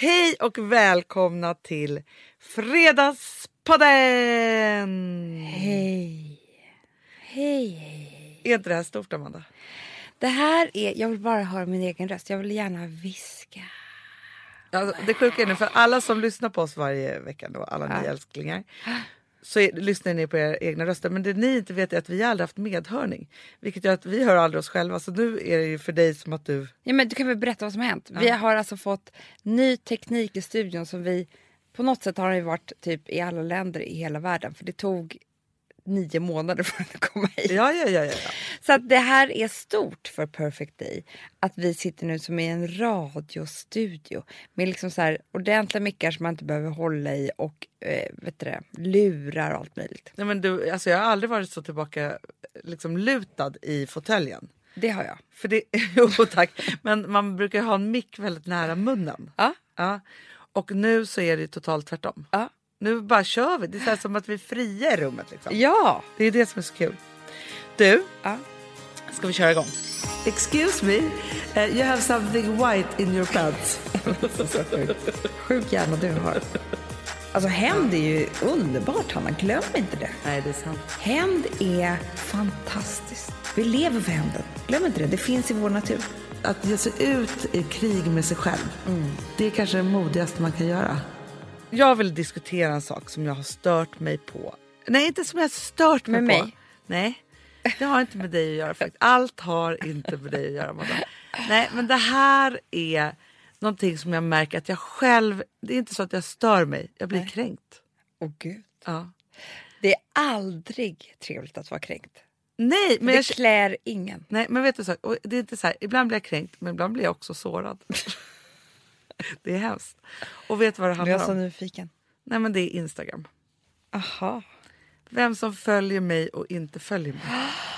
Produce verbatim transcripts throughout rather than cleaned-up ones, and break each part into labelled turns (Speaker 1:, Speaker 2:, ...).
Speaker 1: Hej och välkomna till Fredagspodden!
Speaker 2: Hej. Hej, hej.
Speaker 1: Är inte det här stort, Amanda?
Speaker 2: Det här är, jag vill bara höra min egen röst. Jag vill gärna viska.
Speaker 1: Alltså, det sjuka är nu, för alla som lyssnar på oss varje vecka då, alla ja. ni älsklingar, så är, lyssnar ni på era egna röster. Men det ni inte vet är att vi aldrig haft medhörning. Vilket gör att vi hör aldrig oss själva. Så nu är det ju för dig som att du...
Speaker 2: Ja, men du kan väl berätta vad som har hänt. Ja. Vi har alltså fått ny teknik i studion som vi... På något sätt har det varit typ i alla länder i hela världen. För det tog nio månader för att komma hit.
Speaker 1: Ja, ja, ja, ja.
Speaker 2: Så att det här är stort för Perfect Day. Att vi sitter nu som i en radiostudio. Med liksom så här ordentliga mickar som man inte behöver hålla i. Och eh, vet du det, lurar och allt möjligt.
Speaker 1: Nej, men du, alltså jag har aldrig varit så tillbaka liksom lutad i fåtöljen.
Speaker 2: Det har jag.
Speaker 1: För det, jo tack. Men man brukar ha en mick väldigt nära munnen.
Speaker 2: Ja.
Speaker 1: Ja. Och nu så är det totalt tvärtom.
Speaker 2: Ja.
Speaker 1: Nu bara kör vi. Det är så här som att vi är fria i rummet. Liksom.
Speaker 2: Ja.
Speaker 1: Det är det som är så kul. Du,
Speaker 2: ja.
Speaker 1: ska vi köra igång?
Speaker 3: Excuse me, uh, you have something white in your pants.
Speaker 2: Sjuk hjärna du har. Alltså hämnd är ju underbart, Hanna. Glöm inte det.
Speaker 1: Nej, det är sant.
Speaker 2: Hämnd är fantastiskt. Vi lever för hämnden. Glöm inte det. Det finns i vår natur.
Speaker 3: Att ge sig ut i krig med sig själv, mm. det är kanske det modigaste man kan göra.
Speaker 1: Jag vill diskutera en sak som jag har stört mig på. Nej, inte som jag har stört mig
Speaker 2: med
Speaker 1: på.
Speaker 2: Mig?
Speaker 1: Nej, det har inte med dig att göra faktiskt. Allt har inte med dig att göra, Amanda. Nej, men det här är någonting som jag märker att jag själv... Det är inte så att jag stör mig. Jag blir Nej. kränkt.
Speaker 2: Åh gud.
Speaker 1: Ja.
Speaker 2: Det är aldrig trevligt att vara kränkt.
Speaker 1: Nej, men
Speaker 2: det
Speaker 1: jag
Speaker 2: klär ingen.
Speaker 1: Nej, men vet du så, och det är inte så här, ibland blir jag kränkt, men ibland blir jag också sårad. Det är hemskt. Och vet vad det handlar om?
Speaker 2: Jag är så nyfiken.
Speaker 1: Nej, men det är Instagram.
Speaker 2: Aha.
Speaker 1: Vem som följer mig och inte följer mig.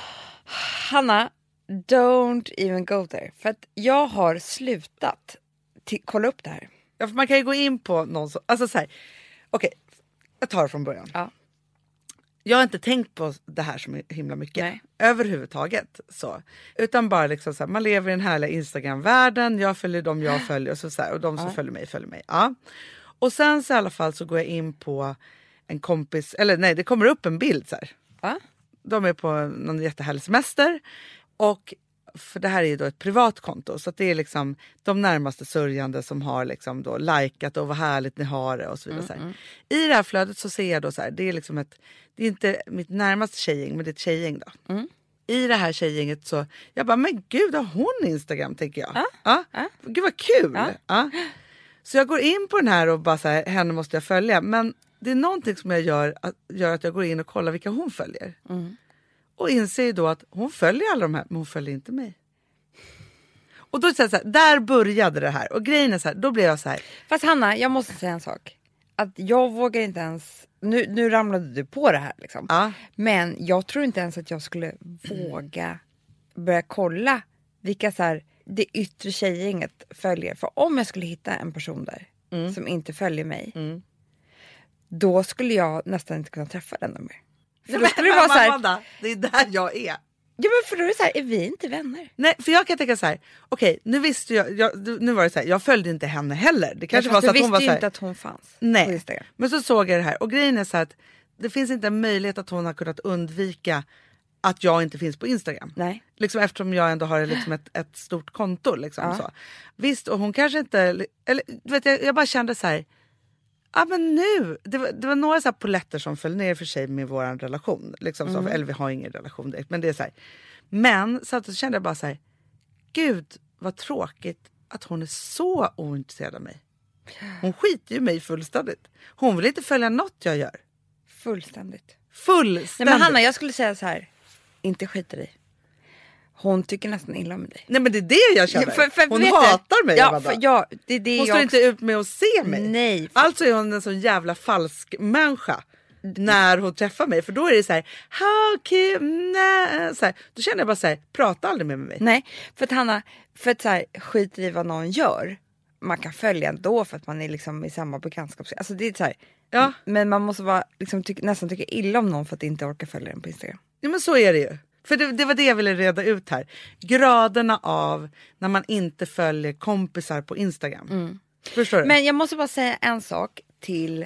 Speaker 2: Hanna, don't even go there. För att jag har slutat t- kolla upp det här.
Speaker 1: Ja, för man kan ju gå in på någon som, alltså så här, okej, okay, jag tar det från början.
Speaker 2: Ja.
Speaker 1: Jag har inte tänkt på det här så himla mycket.
Speaker 2: Nej.
Speaker 1: Överhuvudtaget så. Utan bara liksom så här, man lever i den härliga Instagram-världen. Jag följer dem jag följer och, så, så här, och de som ja. följer mig följer mig. Ja. Och sen så i alla fall så går jag in på en kompis, eller nej, det kommer upp en bild så här.
Speaker 2: Ja.
Speaker 1: De är på någon jättehärlig semester. Och för det här är ju då ett privat konto. Så att det är liksom de närmaste sörjande som har liksom då likat och vad härligt ni har det och så vidare. Mm, så här. Mm. I det här flödet så ser jag då så här, det är liksom ett, det är inte mitt närmaste tjejgäng, men det är ett tjejgäng då. Mm. I det här tjejgänget så, jag bara, men gud, har hon Instagram, tänker jag.
Speaker 2: Ja.
Speaker 1: Ja.
Speaker 2: Ja.
Speaker 1: Gud vad kul.
Speaker 2: Ja.
Speaker 1: Ja. Så jag går in på den här och bara så här, henne måste jag följa. Men det är någonting som jag gör, att, gör att jag går in och kollar vilka hon följer. Mm. Och inser då att hon följer alla de här, men hon följer inte mig. Och då säger jag så här, där började det här. Och grejen är så här, då blev jag så här.
Speaker 2: Fast Hanna, jag måste säga en sak. Att jag vågar inte ens, nu, nu ramlade du på det här liksom.
Speaker 1: Ja.
Speaker 2: Men jag tror inte ens att jag skulle våga börja kolla vilka så här, det yttre tjejgänget följer. För om jag skulle hitta en person där mm. som inte följer mig. Mm. Då skulle jag nästan inte kunna träffa den mer. För
Speaker 1: Nej,
Speaker 2: då skulle det vara så här,
Speaker 1: Amanda, det är där jag är.
Speaker 2: Ja, men för då är det så här, är vi inte vänner?
Speaker 1: Nej, för jag kan tänka så här, okej, okay, nu visste jag, jag, nu var det så här, jag följde inte henne heller. Det kanske var så att hon var så här,
Speaker 2: du visste ju inte att hon fanns.
Speaker 1: Nej, men så såg jag det här. Och grejen är så här att det finns inte en möjlighet att hon har kunnat undvika att jag inte finns på Instagram.
Speaker 2: Nej.
Speaker 1: Liksom eftersom jag ändå har liksom ett, ett stort konto. Liksom, ja. Så. Visst, och hon kanske inte, eller vet jag, jag bara kände så här, ja men nu, det var, det var några så här poletter som föll ner för sig med våran relation. Liksom, mm. så, eller vi har ingen relation direkt, men det är så här. Men så, att så kände jag bara så här, gud vad tråkigt att hon är så ointresserad av mig. Hon skiter ju mig fullständigt. Hon vill inte följa något jag gör.
Speaker 2: Fullständigt.
Speaker 1: Fullständigt.
Speaker 2: Nej, men Hanna, jag skulle säga så här, inte skiter i. Hon tycker nästan illa om dig.
Speaker 1: Nej, men det är det jag känner.
Speaker 2: För, för,
Speaker 1: hon hatar mig.
Speaker 2: Ja, för, ja, det är det
Speaker 1: hon
Speaker 2: jag
Speaker 1: står
Speaker 2: också...
Speaker 1: inte ut med att se mig.
Speaker 2: Nej.
Speaker 1: För... Alltså är hon en sån jävla falsk människa. När hon träffar mig. För då är det så här, how cute, nej. Så här, då känner jag bara så här, prata aldrig med mig.
Speaker 2: Nej, för att Hanna, för att så här, skiter i vad någon gör. Man kan följa ändå för att man är liksom i samma bekantskap. Alltså det är så här, ja. Men man måste vara, liksom, tyck, nästan tycka illa om någon för att inte orka följa den på Instagram.
Speaker 1: Ja, men så är det ju. För det, det var det jag ville reda ut här. Graderna av när man inte följer kompisar på Instagram. Mm. Förstår du?
Speaker 2: Men jag måste bara säga en sak till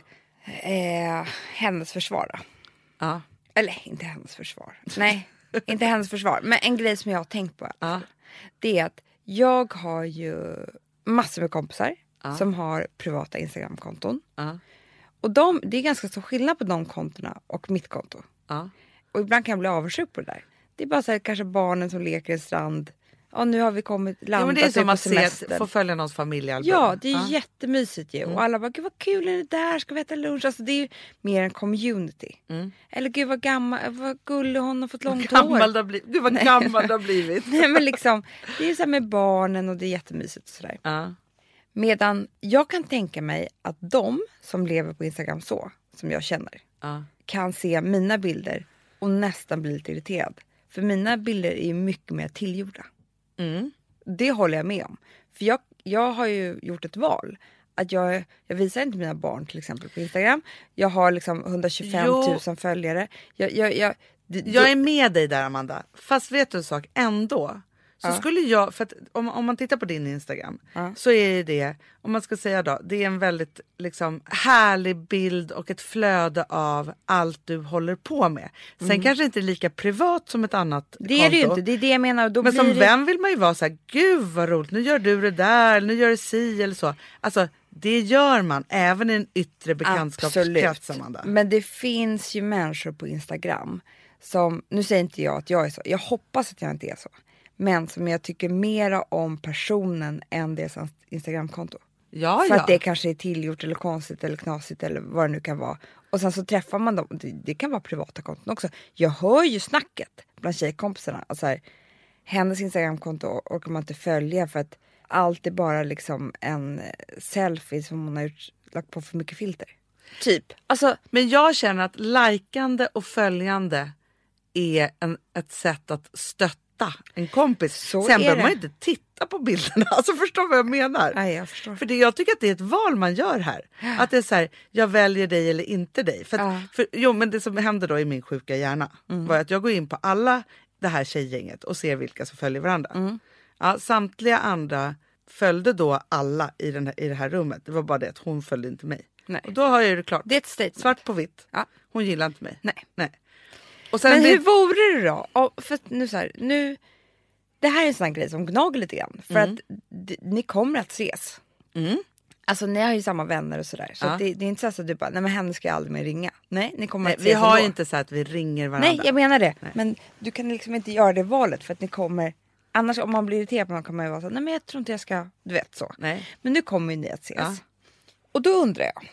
Speaker 2: eh, hennes försvar då.
Speaker 1: Ja.
Speaker 2: Eller inte hennes försvar. Nej, inte hennes försvar. Men en grej som jag har tänkt på.
Speaker 1: Ja.
Speaker 2: Det är att jag har ju massor med kompisar
Speaker 1: ja.
Speaker 2: som har privata Instagram-konton.
Speaker 1: Ja.
Speaker 2: Och de, det är ganska stor skillnad på de kontona och mitt konto.
Speaker 1: Ja.
Speaker 2: Och ibland kan jag bli avundsjuk på det där. Det är bara så här, kanske barnen som leker i strand. Ja, nu har vi kommit landat.
Speaker 1: Ja, men det är som
Speaker 2: på
Speaker 1: att
Speaker 2: semestern.
Speaker 1: se, få följa någons familjealbum.
Speaker 2: Ja, det är
Speaker 1: ja.
Speaker 2: jättemysigt ju.
Speaker 1: Mm.
Speaker 2: Och alla bara, gud vad kul är det där, ska vi äta lunch? Alltså det är ju mer en community.
Speaker 1: Mm.
Speaker 2: Eller gud vad gammal, vad gullig hon har fått långt
Speaker 1: Gammal
Speaker 2: hår.
Speaker 1: det har blivit. Gud vad gammal det har blivit.
Speaker 2: Nej men liksom, det är ju så här med barnen och det är jättemysigt och sådär.
Speaker 1: Ja.
Speaker 2: Medan jag kan tänka mig att de som lever på Instagram så, som jag känner,
Speaker 1: Ja.
Speaker 2: kan se mina bilder och nästan bli lite irriterad. För mina bilder är ju mycket mer tillgjorda.
Speaker 1: Mm.
Speaker 2: Det håller jag med om. För jag, jag har ju gjort ett val. Att jag, jag visar inte mina barn till exempel på Instagram. Jag har liksom hundratjugofem tusen följare. Jag, jag, jag, det,
Speaker 1: Jag är med dig där Amanda. Fast vet du en sak, ändå. Så
Speaker 2: Ja.
Speaker 1: skulle jag, för att om, om man tittar på din Instagram.
Speaker 2: Ja.
Speaker 1: Så är det, om man ska säga då. Det är en väldigt liksom härlig bild och ett flöde av allt du håller på med. Sen
Speaker 2: Mm.
Speaker 1: kanske inte är lika privat som ett annat
Speaker 2: det
Speaker 1: konto.
Speaker 2: är det ju inte, det är det jag menar. Och då
Speaker 1: Men
Speaker 2: blir
Speaker 1: som
Speaker 2: det...
Speaker 1: vän vill man ju vara så här, gud vad roligt, nu gör du det där, nu gör du si eller så. Alltså det gör man även i en yttre bekantskapskrets, Amanda.
Speaker 2: Men det finns ju människor på Instagram som, nu säger inte jag att jag är så, jag hoppas att jag inte är så. Men som jag tycker mera om personen än deras Instagramkonto.
Speaker 1: Ja,
Speaker 2: För
Speaker 1: ja.
Speaker 2: att det kanske är tillgjort eller konstigt eller knasigt eller vad det nu kan vara. Och sen så träffar man dem, det, det kan vara privata konton också. Jag hör ju snacket bland tjejkompisarna. Alltså här, hennes Instagramkonto orkar man inte följa för att allt är bara liksom en selfie som hon har gjort, lagt på för mycket filter. Typ. Alltså,
Speaker 1: Men jag känner att likande och följande är en, ett sätt att stötta en kompis.
Speaker 2: Så
Speaker 1: Sen
Speaker 2: är
Speaker 1: behöver man
Speaker 2: det.
Speaker 1: inte titta på bilderna. Alltså förstår vad jag menar?
Speaker 2: nej jag förstår.
Speaker 1: För det, jag tycker att det är ett val man gör här. Att det är så här, jag väljer dig eller inte dig. För, att,
Speaker 2: Ja.
Speaker 1: för jo, men det som hände då i min sjuka hjärna
Speaker 2: Mm.
Speaker 1: var att jag går in på alla det här tjejgänget och ser vilka som följer varandra.
Speaker 2: Mm.
Speaker 1: Ja, samtliga andra följde då alla i, den här, i det här rummet. Det var bara det att hon följde inte mig.
Speaker 2: Nej.
Speaker 1: Och då har jag ju det klart.
Speaker 2: Det är ett statement.
Speaker 1: Svart på vitt.
Speaker 2: Ja.
Speaker 1: Hon gillar inte mig.
Speaker 2: Nej.
Speaker 1: Nej. Och sen
Speaker 2: Men
Speaker 1: det,
Speaker 2: hur vore det då? Och för att nu så här, nu, det här är en sån här grej som gnager lite grann. För
Speaker 1: Mm.
Speaker 2: att d- ni kommer att ses.
Speaker 1: Mm.
Speaker 2: Alltså ni har ju samma vänner och sådär. Så
Speaker 1: Ja.
Speaker 2: att det, det är inte så att du bara, nej men henne ska jag aldrig mer ringa. Nej, ni kommer
Speaker 1: nej,
Speaker 2: att ses
Speaker 1: vi har ju
Speaker 2: ändå.
Speaker 1: inte så att vi ringer varandra.
Speaker 2: Nej, jag menar det.
Speaker 1: Nej.
Speaker 2: Men du kan liksom inte göra det valet för att ni kommer. Annars om man blir irriterad på någon kan man ju vara så nej men jag tror inte jag ska, du vet så.
Speaker 1: Nej.
Speaker 2: Men nu kommer ju ni att ses.
Speaker 1: Ja.
Speaker 2: Och då undrar jag.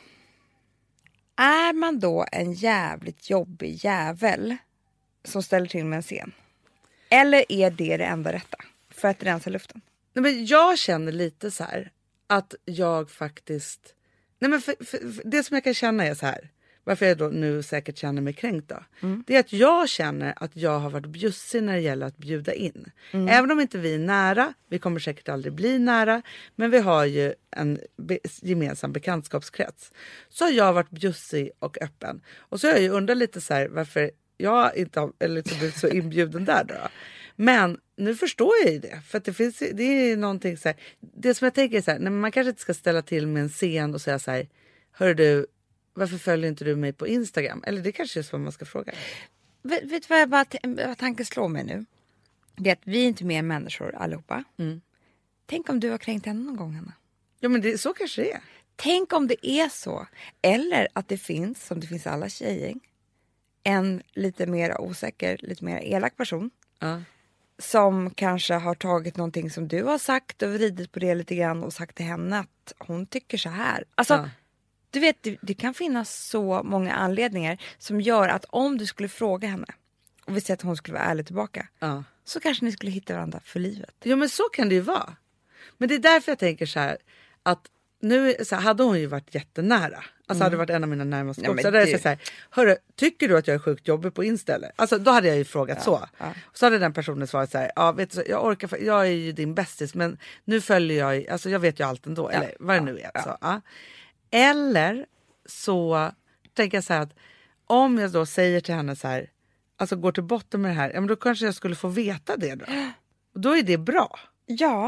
Speaker 2: Är man då en jävligt jobbig jävel som ställer till med en scen? Eller är det det enda rätta? För att rensa luften?
Speaker 1: Nej, men jag känner lite så här att jag faktiskt... Nej, men för, för, för, det som jag kan känna är så här. Varför jag då nu säkert känner mig kränkt då.
Speaker 2: Mm.
Speaker 1: Det är att jag känner att jag har varit bjussig när det gäller att bjuda in.
Speaker 2: Mm.
Speaker 1: Även om inte vi är nära. Vi kommer säkert aldrig bli nära. Men vi har ju en be- gemensam bekantskapskrets. Så har jag varit bjussig och öppen. Och så har jag ju undrat lite så här varför jag inte har eller liksom blivit så inbjuden där då. Men nu förstår jag ju det. För att det finns det är någonting så här. Det som jag tänker är så här. Nej, man kanske inte ska ställa till med en scen och säga så här. Hör du, varför följer inte du mig på Instagram? Eller det kanske är så man ska fråga.
Speaker 2: Vet, vet du vad, jag bara t- vad tanken slår mig nu? Det är att vi är inte mer människor allihopa.
Speaker 1: Mm.
Speaker 2: Tänk om du har kränkt henne någon gång, Hanna.
Speaker 1: Ja, men det, så kanske det är.
Speaker 2: Tänk om det är så. Eller att det finns, som det finns i alla tjejgäng, en lite mer osäker, lite mer elak person.
Speaker 1: Ja.
Speaker 2: Som kanske har tagit någonting som du har sagt och vridit på det lite grann och sagt till henne att hon tycker så här. Alltså,
Speaker 1: Ja.
Speaker 2: du vet, det, det kan finnas så många anledningar som gör att om du skulle fråga henne och vi säger att hon skulle vara ärlig tillbaka,
Speaker 1: Ja.
Speaker 2: så kanske ni skulle hitta varandra för livet.
Speaker 1: Jo, men så kan det ju vara. Men det är därför jag tänker så här att nu så här, hade hon ju varit jättenära. Alltså hade det varit en av mina närmaste
Speaker 2: Ja, men
Speaker 1: kompisar. Där
Speaker 2: det-
Speaker 1: är så här, hörru, tycker du att jag är sjukt jobbig på Insta eller? Alltså då hade jag ju frågat så.
Speaker 2: ja.
Speaker 1: Och så hade den personen svarat så här, ja vet du, så, jag orkar, för, jag är ju din bästis men nu följer jag, ju- alltså jag vet ju allt ändå. Eller vad det nu är.
Speaker 2: ja.
Speaker 1: Så, ja. Eller så tänker jag så här att om jag då säger till henne så här, alltså går till botten med det här, ja men då kanske jag skulle få veta det då. Och då är det bra.
Speaker 2: Ja,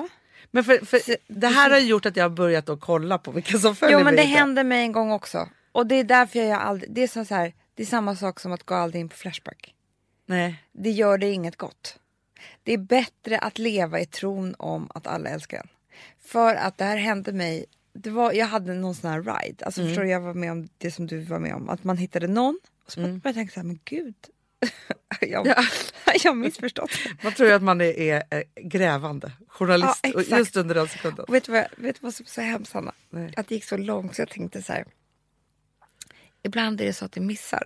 Speaker 1: Men för, för det här har gjort att jag har börjat att kolla på vilka som följer
Speaker 2: Jo men
Speaker 1: mig
Speaker 2: det
Speaker 1: inte.
Speaker 2: hände mig en gång också. Och det är därför jag aldrig, det är så, så här, det är samma sak som att gå aldrig in på Flashback.
Speaker 1: Nej.
Speaker 2: Det gör det inget gott. Det är bättre att leva i tron om att alla älskar en. För att det här hände mig, det var, jag hade någon sån här ride. Alltså mm. förstår du, jag var med om det som du var med om. Att man hittade någon och så mm. började jag tänka så här, men gud. jag,
Speaker 1: ja.
Speaker 2: jag har missförstått.
Speaker 1: Man tror ju att man är, är, är grävande journalist ja, och just under den sekunden.
Speaker 2: Och vet du vad, vet du vad som är så hemskt, Hanna? Nej. Att det gick så långt så jag tänkte så här. Ibland är det så att det missar.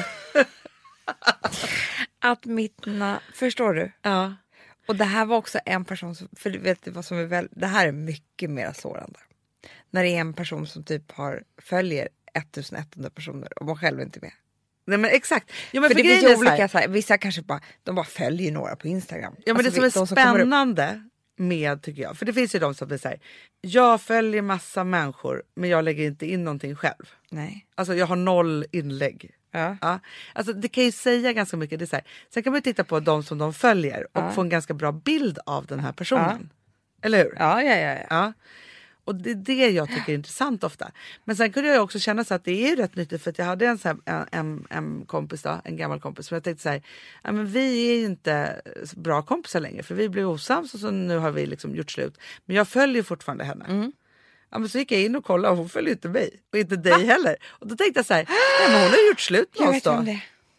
Speaker 2: Att mitt na... Förstår du?
Speaker 1: Ja.
Speaker 2: Och det här var också en person som... För vet du vad som är väl... Det här är mycket mer sårande. När det är en person som typ har följer ettusen personer och man själv inte är med.
Speaker 1: Nej men exakt. Jo, men
Speaker 2: för,
Speaker 1: för
Speaker 2: det finns ju olika...
Speaker 1: här...
Speaker 2: Så här, vissa kanske bara... De bara följer några på Instagram.
Speaker 1: Ja men
Speaker 2: alltså,
Speaker 1: det som är
Speaker 2: de
Speaker 1: spännande... Som med tycker jag. För det finns ju de som säger jag följer massa människor men jag lägger inte in någonting själv.
Speaker 2: Nej.
Speaker 1: Alltså jag har noll inlägg.
Speaker 2: Ja.
Speaker 1: Ja. Alltså det kan ju säga ganska mycket. Det är så här. Sen kan man ju titta på de som de följer och
Speaker 2: ja.
Speaker 1: få en ganska bra bild av den här personen.
Speaker 2: Ja.
Speaker 1: Eller hur?
Speaker 2: Ja, ja, ja, ja.
Speaker 1: ja. Och det är det jag tycker är intressant ofta. Men sen kunde jag också känna så att det är rätt nyttigt för att jag hade en, så här, en, en, en kompis då, en gammal kompis som jag tänkte så här, ja, men vi är ju inte bra kompisar längre för vi blev osams och så nu har vi liksom gjort slut. Men jag följer fortfarande henne. Mm. Ja, men så gick jag in och kollade och hon följer inte mig och inte dig Va? heller. Och då tänkte jag så här, nej, men hon har gjort slut med oss då.
Speaker 2: Det.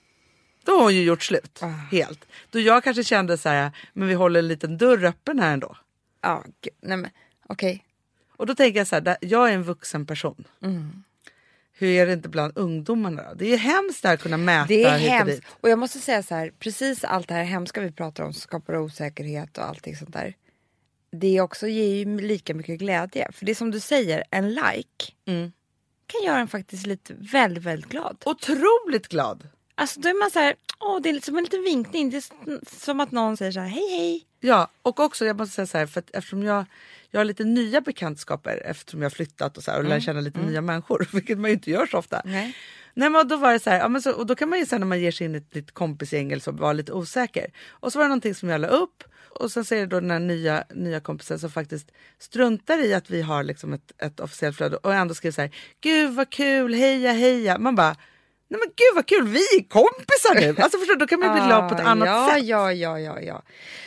Speaker 1: Då har hon ju gjort slut,
Speaker 2: ah.
Speaker 1: helt. Då jag kanske kände så här, men vi håller en liten dörr öppen här ändå.
Speaker 2: Ja, nej men okej. Okay.
Speaker 1: Och då tänker jag så här, jag är en vuxen person.
Speaker 2: Mm.
Speaker 1: Hur är det inte bland ungdomarna då? Det är ju hemskt att kunna mäta.
Speaker 2: Det är hemskt. Och, och jag måste säga så här, precis allt det här hemska vi pratar om som skapar osäkerhet och allting sånt där. Det också ger ju lika mycket glädje. För det är som du säger, en like
Speaker 1: mm.
Speaker 2: kan göra en faktiskt lite väldigt, väldigt glad.
Speaker 1: Otroligt glad.
Speaker 2: Alltså då är man så här, åh det är som en liten vinkning. Det är som att någon säger så här, hej hej.
Speaker 1: Ja, och också jag måste säga så här, för att eftersom jag, jag har lite nya bekantskaper eftersom jag har flyttat och så här, och mm. lär känna lite mm. nya människor, vilket man ju inte gör så ofta.
Speaker 2: Nej.
Speaker 1: Nej men då var det så här, ja, men så, och då kan man ju sen när man ger sig in i ett litet kompisgäng så vara lite osäker. Och så var det någonting som jag la upp och sen säger då den här nya, nya kompisen som faktiskt struntar i att vi har liksom ett, ett officiellt flöde och ändå skriver så här, gud vad kul, heja heja. Man bara, nej men gud vad kul, vi är kompisar nu. Alltså förstår du, då kan man bli glad på ett annat
Speaker 2: ja,
Speaker 1: sätt.
Speaker 2: Ja, ja, ja, ja.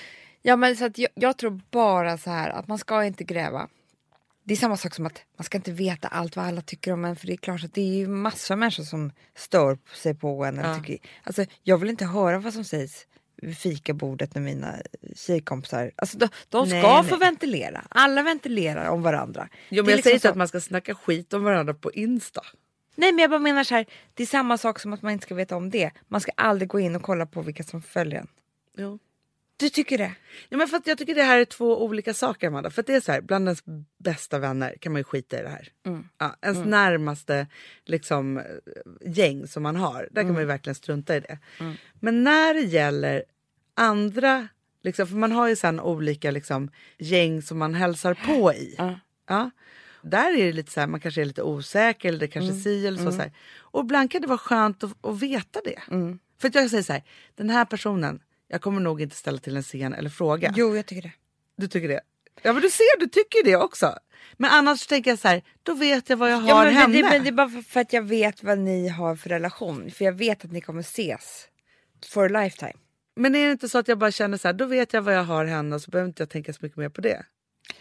Speaker 2: Ja men så att jag, jag tror bara så här att man ska inte gräva. Det är samma sak som att man ska inte veta allt vad alla tycker om en. För det är klart att det är ju massor av människor som stör sig på en. Ja. Tycker, alltså, jag vill inte höra vad som sägs vid fikabordet med mina tjejkompisar. Alltså, de, de ska nej, få nej. ventilera. Alla ventilerar om varandra.
Speaker 1: Jo, men
Speaker 2: det
Speaker 1: jag
Speaker 2: liksom
Speaker 1: säger inte
Speaker 2: så...
Speaker 1: att man ska snacka skit om varandra på Insta.
Speaker 2: Nej men jag bara menar så här. Det är samma sak som att man inte ska veta om det. Man ska aldrig gå in och kolla på vilka som följer en.
Speaker 1: Jo.
Speaker 2: Du tycker det?
Speaker 1: Ja, men för att jag tycker det här är två olika saker, Amanda. För att det är så här, bland ens bästa vänner kan man ju skita i det här.
Speaker 2: Mm.
Speaker 1: Ja, ens
Speaker 2: mm.
Speaker 1: närmaste liksom, gäng som man har, där mm. kan man ju verkligen strunta i det.
Speaker 2: Mm.
Speaker 1: Men när det gäller andra, liksom, för man har ju sen olika liksom, gäng som man hälsar på i.
Speaker 2: Mm.
Speaker 1: Ja, där är det lite så här, man kanske är lite osäker eller det kanske mm. si eller så,
Speaker 2: mm.
Speaker 1: så här. Och ibland kan det vara skönt att, att veta det.
Speaker 2: Mm.
Speaker 1: För att jag säger så här, den här personen, jag kommer nog inte ställa till en scen eller fråga.
Speaker 2: Jo, jag tycker det.
Speaker 1: Du tycker det? Ja, men du ser, du tycker det också. Men annars tänker jag så här, då vet jag vad jag har
Speaker 2: ja, men
Speaker 1: henne.
Speaker 2: Det, men det är bara för att jag vet vad ni har för relation. För jag vet att ni kommer ses for a lifetime.
Speaker 1: Men är det inte så att jag bara känner så här, då vet jag vad jag har henne och så behöver inte jag tänka så mycket mer på det.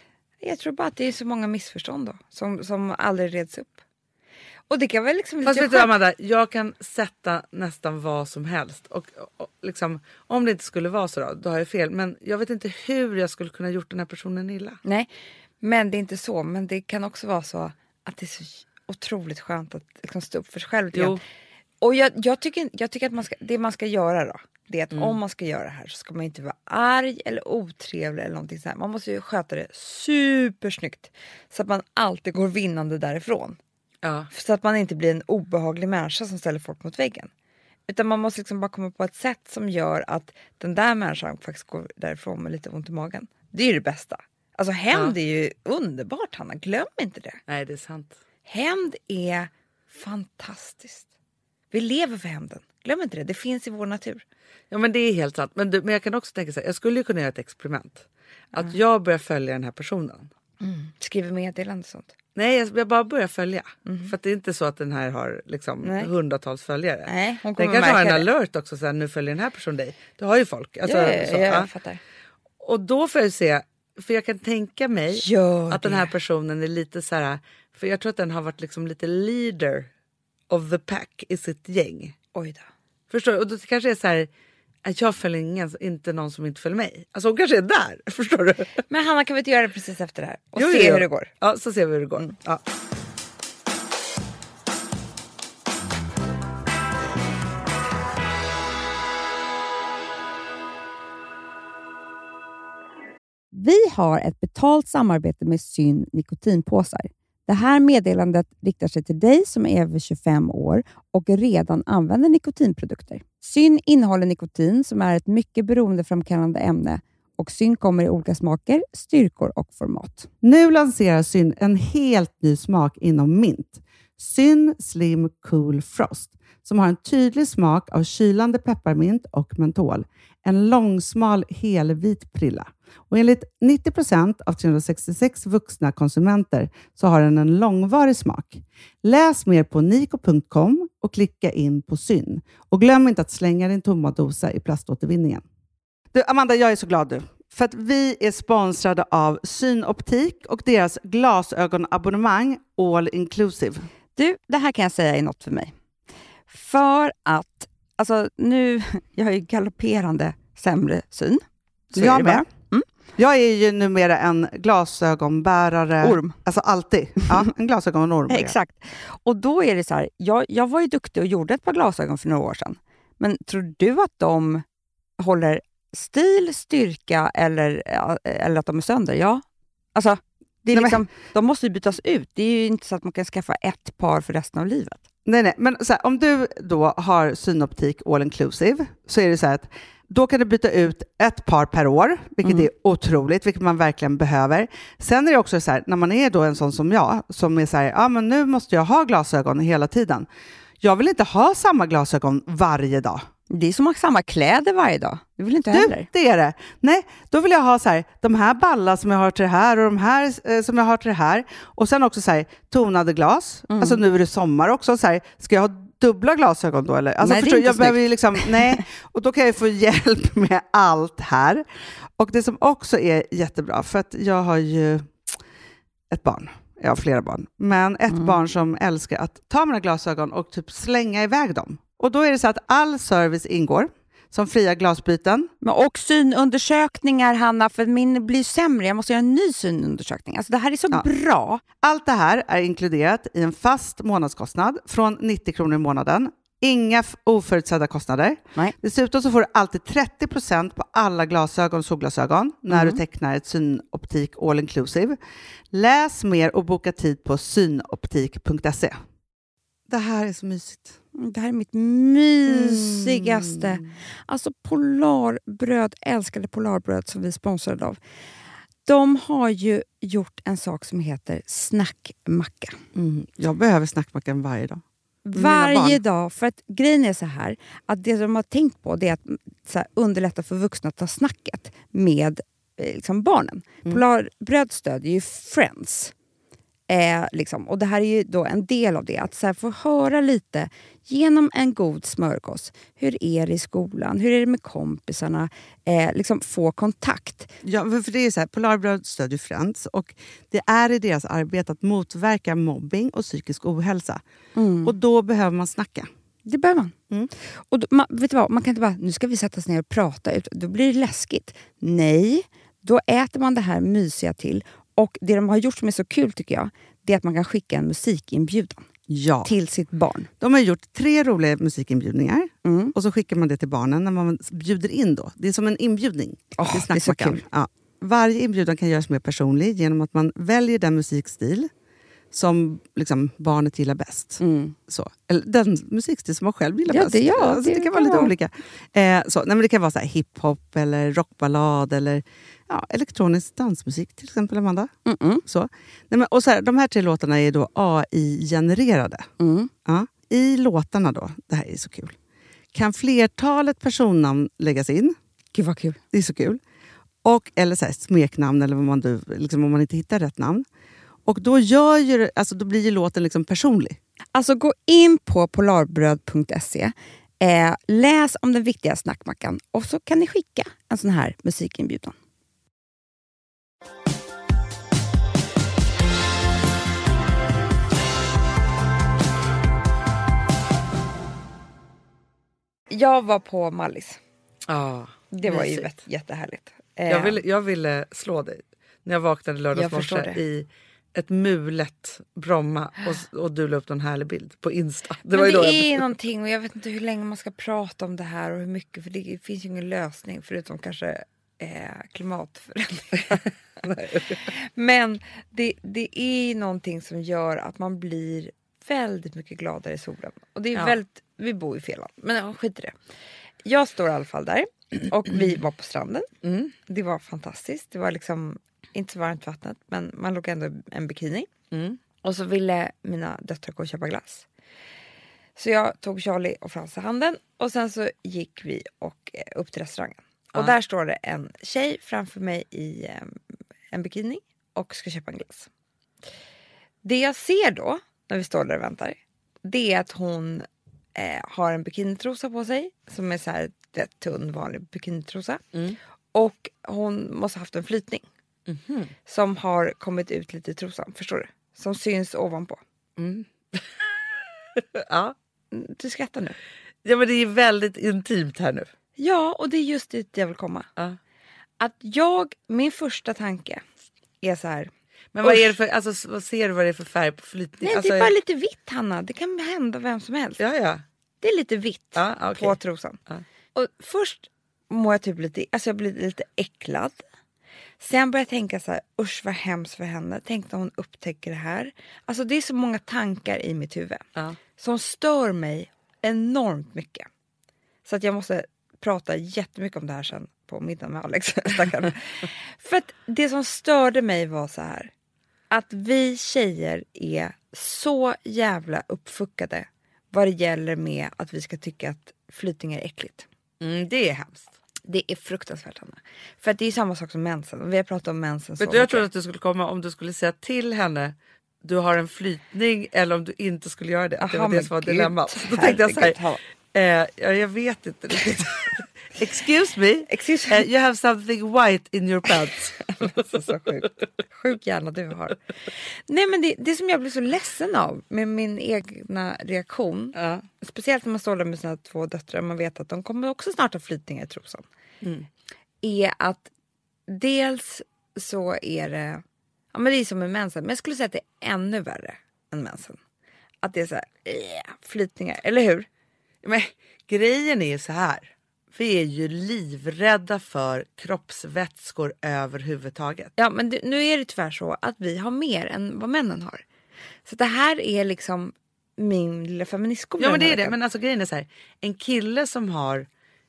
Speaker 2: Jag tror bara att det är så många missförstånd då, som, som aldrig reds upp. Och det kan väl liksom
Speaker 1: Fast vet du Amanda, jag kan sätta nästan vad som helst. Och, och, och liksom, om det inte skulle vara så då, då har jag fel. Men jag vet inte hur jag skulle kunna gjort den här personen illa.
Speaker 2: Nej, men det är inte så. Men det kan också vara så att det är så otroligt skönt att liksom stå upp för sig själv. Jo. Och jag, jag, tycker, jag tycker att man ska, det man ska göra då, det är att mm. om man ska göra det här så ska man inte vara arg eller otrevlig eller någonting så här. Man måste ju sköta det supersnyggt så att man alltid går vinnande därifrån.
Speaker 1: Ja.
Speaker 2: Så att man inte blir en obehaglig människa som ställer folk mot väggen. Utan man måste liksom bara komma på ett sätt som gör att den där människan faktiskt går därifrån med lite ont i magen. Det är ju det bästa. Alltså hämnd ja. är ju underbart, Hanna. Glöm inte det.
Speaker 1: Nej, det är sant.
Speaker 2: Hämnd är fantastiskt. Vi lever för hämnden. Glöm inte det. Det finns i vår natur.
Speaker 1: Ja, men det är helt sant. Men, du, men jag kan också tänka så här, jag skulle ju kunna göra ett experiment. Att mm. jag börjar följa den här personen.
Speaker 2: Mm. Skriver meddelande och sånt.
Speaker 1: Nej, jag bara börjar följa.
Speaker 2: Mm.
Speaker 1: För att det är inte så att den här har liksom
Speaker 2: Nej.
Speaker 1: hundratals följare.
Speaker 2: Nej, hon
Speaker 1: den kanske har en alert också. Så här, nu följer den här personen dig. Du har ju folk. Alltså,
Speaker 2: ja, ja,
Speaker 1: så,
Speaker 2: ja,
Speaker 1: ja.
Speaker 2: jag fattar.
Speaker 1: Och då får jag se. För jag kan tänka mig
Speaker 2: Gör
Speaker 1: att
Speaker 2: det.
Speaker 1: den här personen är lite så här. För jag tror att den har varit liksom lite leader of the pack i sitt gäng.
Speaker 2: Oj då.
Speaker 1: Förstår du? Och då kanske är så här. Att jag följer ingen, inte någon som inte följer mig. Alltså hon kanske är där, förstår du?
Speaker 2: Men Hanna, kan vi inte göra det precis efter det här? Och
Speaker 1: jo,
Speaker 2: se
Speaker 1: jo.
Speaker 2: hur det går.
Speaker 1: Ja, så ser vi hur det går. Mm. Ja.
Speaker 4: Vi har ett betalt samarbete med Syn nikotinpåsar. Det här meddelandet riktar sig till dig som är över tjugofem år och redan använder nikotinprodukter. Syn innehåller nikotin som är ett mycket beroendeframkallande ämne och Syn kommer i olika smaker, styrkor och format.
Speaker 3: Nu lanserar Syn en helt ny smak inom mint. Syn Slim Cool Frost som har en tydlig smak av kylande pepparmint och mentol. En långsmal helvit prilla. Och enligt nittio procent av trehundrasextiosex vuxna konsumenter så har den en långvarig smak. Läs mer på niko punkt com och klicka in på Syn. Och glöm inte att slänga din tomma dosa i plaståtervinningen. Du, Amanda, jag är så glad du. För att vi är sponsrade av Synoptik och deras glasögonabonnemang All Inclusive.
Speaker 4: Du, det här kan jag säga är något för mig. För att, alltså nu, jag har ju galopperande sämre syn.
Speaker 3: Så jag med. Mm. Jag är ju numera en glasögonbärare.
Speaker 4: Orm.
Speaker 3: Alltså alltid. Ja, en glasögonorm.
Speaker 4: Exakt. Och då är det så här, jag, jag var ju duktig och gjorde ett par glasögon för några år sedan. Men tror du att de håller stil, styrka eller, eller att de är sönder? Ja. Alltså, det är
Speaker 3: nej,
Speaker 4: liksom,
Speaker 3: men...
Speaker 4: de måste ju bytas ut. Det är ju inte så att man kan skaffa ett par för resten av livet.
Speaker 3: Nej, nej. Men så här, om du då har Synoptik All Inclusive så är det så här att då kan du byta ut ett par per år, vilket mm. är otroligt, vilket man verkligen behöver. Sen är det också så här, när man är då en sån som jag, som är så här, ja men nu måste jag ha glasögon hela tiden. Jag vill inte ha samma glasögon varje dag.
Speaker 4: Det är som att ha samma kläder varje dag. Det vill inte heller.
Speaker 3: Du, det är det. Nej, då vill jag ha så här, de här ballar som jag har till det här och de här eh, som jag har till det här. Och sen också så här, tonade glas. Mm. Alltså nu är det sommar också. Så här, ska jag ha dubbla glasögon då? Eller? Alltså,
Speaker 4: nej,
Speaker 3: förstår,
Speaker 4: det är
Speaker 3: jag
Speaker 4: inte
Speaker 3: behöver ju liksom, nej. Och då kan jag få hjälp med allt här. Och det som också är jättebra, för att jag har ju ett barn. Jag har flera barn. Men ett mm. barn som älskar att ta mina glasögon och typ slänga iväg dem. Och då är det så att all service ingår. Som fria glasbyten.
Speaker 4: Men och synundersökningar, Hanna, för min blir sämre. Jag måste göra en ny synundersökning. Alltså det här är så ja. bra.
Speaker 3: Allt det här är inkluderat i en fast månadskostnad från nittio kronor i månaden. Inga oförutsedda kostnader.
Speaker 4: Nej.
Speaker 3: Dessutom så får du alltid trettio procent på alla glasögon och solglasögon när mm. du tecknar ett Synoptik All Inclusive. Läs mer och boka tid på synoptik punkt se. Det här är så mysigt.
Speaker 4: Det här är mitt mysigaste. Mm. Alltså Polarbröd, älskade Polarbröd som vi sponsrade av. De har ju gjort en sak som heter snackmacka.
Speaker 3: Mm. Jag behöver snackmackan varje dag.
Speaker 4: Varje dag. För att grejen är så här. Att det de har tänkt på det är att så här, underlätta för vuxna att ta snacket med eh, liksom barnen. Mm. Polarbröd stödjer ju Friends. Eh, liksom. Och det här är ju då en del av det. Att så här, få höra lite genom en god smörgås. Hur är det i skolan? Hur är det med kompisarna? Eh, liksom få kontakt.
Speaker 3: Ja, för det är så här, Polarbröd stödjer Friends. Och det är i deras arbete att motverka mobbing och psykisk ohälsa. Mm. Och då behöver man snacka.
Speaker 4: Det behöver man.
Speaker 3: Mm.
Speaker 4: Och då, man, vet du vad? Man kan inte bara, nu ska vi sätta oss ner och prata ut. Då blir det läskigt. Nej, då äter man det här mysiga till. Och det de har gjort som är så kul tycker jag, det är att man kan skicka en musikinbjudan
Speaker 3: ja.
Speaker 4: till sitt barn.
Speaker 3: De har gjort tre roliga musikinbjudningar
Speaker 4: mm.
Speaker 3: och så skickar man det till barnen när man bjuder in då. Det är som en inbjudning.
Speaker 4: Oh, det är så kul.
Speaker 3: Ja. Varje inbjudan kan göras mer personlig genom att man väljer den musikstil som liksom barnet gillar bäst. Mm. Så. Eller den musikstil som man själv gillar
Speaker 4: ja,
Speaker 3: bäst.
Speaker 4: Det, ja,
Speaker 3: alltså,
Speaker 4: det,
Speaker 3: det kan vara lite olika. Eh, så. Nej, men det kan vara så här hiphop eller rockballad eller ja, elektronisk dansmusik till exempel, Amanda.
Speaker 4: Mm-mm.
Speaker 3: Så. Nej, men, och så här, de här tre låtarna är då A I-genererade.
Speaker 4: Mm.
Speaker 3: Ja. I låtarna då, det här är så kul, kan flertalet personnamn läggas in.
Speaker 4: Gud vad kul.
Speaker 3: Det är så kul. Och, eller så här, smeknamn eller vad man, du, liksom, om man inte hittar rätt namn. Och då, gör ju, alltså, då blir ju låten liksom personlig.
Speaker 4: Alltså gå in på polarbröd punkt se, eh, läs om den viktiga snackmackan och så kan ni skicka en sån här musikinbjudan. Jag var på Mallis.
Speaker 1: Ah,
Speaker 4: det var
Speaker 1: mysigt.
Speaker 4: ju vet, jättehärligt.
Speaker 1: Jag ville, jag ville slå dig när jag vaknade lördags morse i ett mulet Bromma och, och du la upp någon härlig bild på Insta. Det
Speaker 4: Men
Speaker 1: var ju
Speaker 4: det
Speaker 1: då
Speaker 4: är
Speaker 1: jag...
Speaker 4: någonting och jag vet inte hur länge man ska prata om det här och hur mycket, för det finns ju ingen lösning förutom kanske eh, klimatförändringar. Men det, det är någonting som gör att man blir väldigt mycket gladare i solen. Och det är
Speaker 1: Ja.
Speaker 4: väldigt, vi bor i fel land, men ja, skit i det. Jag står i alla fall där och vi var på stranden.
Speaker 1: Mm.
Speaker 4: Det var fantastiskt. Det var liksom inte så varmt vattnet, men man låg ändå i en bikini.
Speaker 1: Mm.
Speaker 4: Och så ville mina döttrar gå och köpa glass. Så jag tog Charlie och Frans i handen och sen så gick vi och eh, upp till restaurangen.
Speaker 1: Ja.
Speaker 4: Och där står det en tjej framför mig i eh, en bikini och ska köpa en glass. Det jag ser då när vi står där och väntar, det är att hon eh, har en bikinitrosa på sig som är så här rätt tunn vanlig bikinitrosa.
Speaker 1: Mm.
Speaker 4: Och hon måste ha haft en flytning
Speaker 1: Mhm.
Speaker 4: som har kommit ut lite i trosan, förstår du? Som syns ovanpå.
Speaker 1: Mm. Ja.
Speaker 4: Du skrattar nu.
Speaker 1: Ja, men det är väldigt intimt här nu.
Speaker 4: Ja, och det är just dit jag vill komma.
Speaker 1: Ja.
Speaker 4: Att jag, min första tanke är så här.
Speaker 1: Men vad
Speaker 4: Usch.
Speaker 1: är det för, alltså, vad ser du vad det är för färg på flytning?
Speaker 4: Nej,
Speaker 1: alltså,
Speaker 4: det är bara lite vitt, Hanna. Det kan hända vem som helst.
Speaker 1: Ja, ja.
Speaker 4: Det är lite vitt
Speaker 1: Ja, okej.
Speaker 4: på trosan.
Speaker 1: Ja.
Speaker 4: Och först mår jag typ lite, alltså jag blir lite äcklad. Sen börjar jag tänka så här, usch vad hemskt för henne. Tänk när hon upptäcker det här. Alltså det är så många tankar i mitt huvud.
Speaker 1: Ja.
Speaker 4: Som stör mig enormt mycket. Så att jag måste prata jättemycket om det här sen på middagen med Alex. För att det som störde mig var så här. Att vi tjejer är så jävla uppfuckade vad det gäller med att vi ska tycka att flytning är äckligt.
Speaker 1: Mm, det är hemskt.
Speaker 4: Det är fruktansvärt, Hanna. För att det är samma sak som mensen. Vi har pratat om mensen så
Speaker 1: Vet du, jag
Speaker 4: mycket.
Speaker 1: trodde att du skulle komma om du skulle säga till henne du har en flytning eller om du inte skulle göra det. Att det
Speaker 4: Aha,
Speaker 1: var det
Speaker 4: men
Speaker 1: som var
Speaker 4: gud,
Speaker 1: dilemmat. Då tänkte jag så
Speaker 4: herregud,
Speaker 1: här,
Speaker 4: Hanna.
Speaker 1: eh, ja, jag vet inte riktigt. Excuse me,
Speaker 4: Excuse me.
Speaker 1: Eh, you have something white in your pants.
Speaker 4: Alltså, så sjukt. Sjuk hjärna du har. Nej, men det, det som jag blir så ledsen av med min egna reaktion.
Speaker 1: Ja.
Speaker 4: Speciellt när man står där med sina två döttrar. Man vet att de kommer också snart ha flytningar i trosan.
Speaker 1: Mm.
Speaker 4: Är att dels så är det, ja men det är som med mensen. Men jag skulle säga att det är ännu värre än mensen. Att det är så här, äh, flytningar, eller hur?
Speaker 1: Men grejen är så här. Vi är ju livrädda för kroppsvätskor överhuvudtaget.
Speaker 4: Ja, men det, nu är det tyvärr så att vi har mer än vad männen har. Så det här är liksom min lilla feministskola.
Speaker 1: Ja, men det
Speaker 4: den här
Speaker 1: är det.
Speaker 4: veckan.
Speaker 1: Men alltså grejen är så här. En kille som har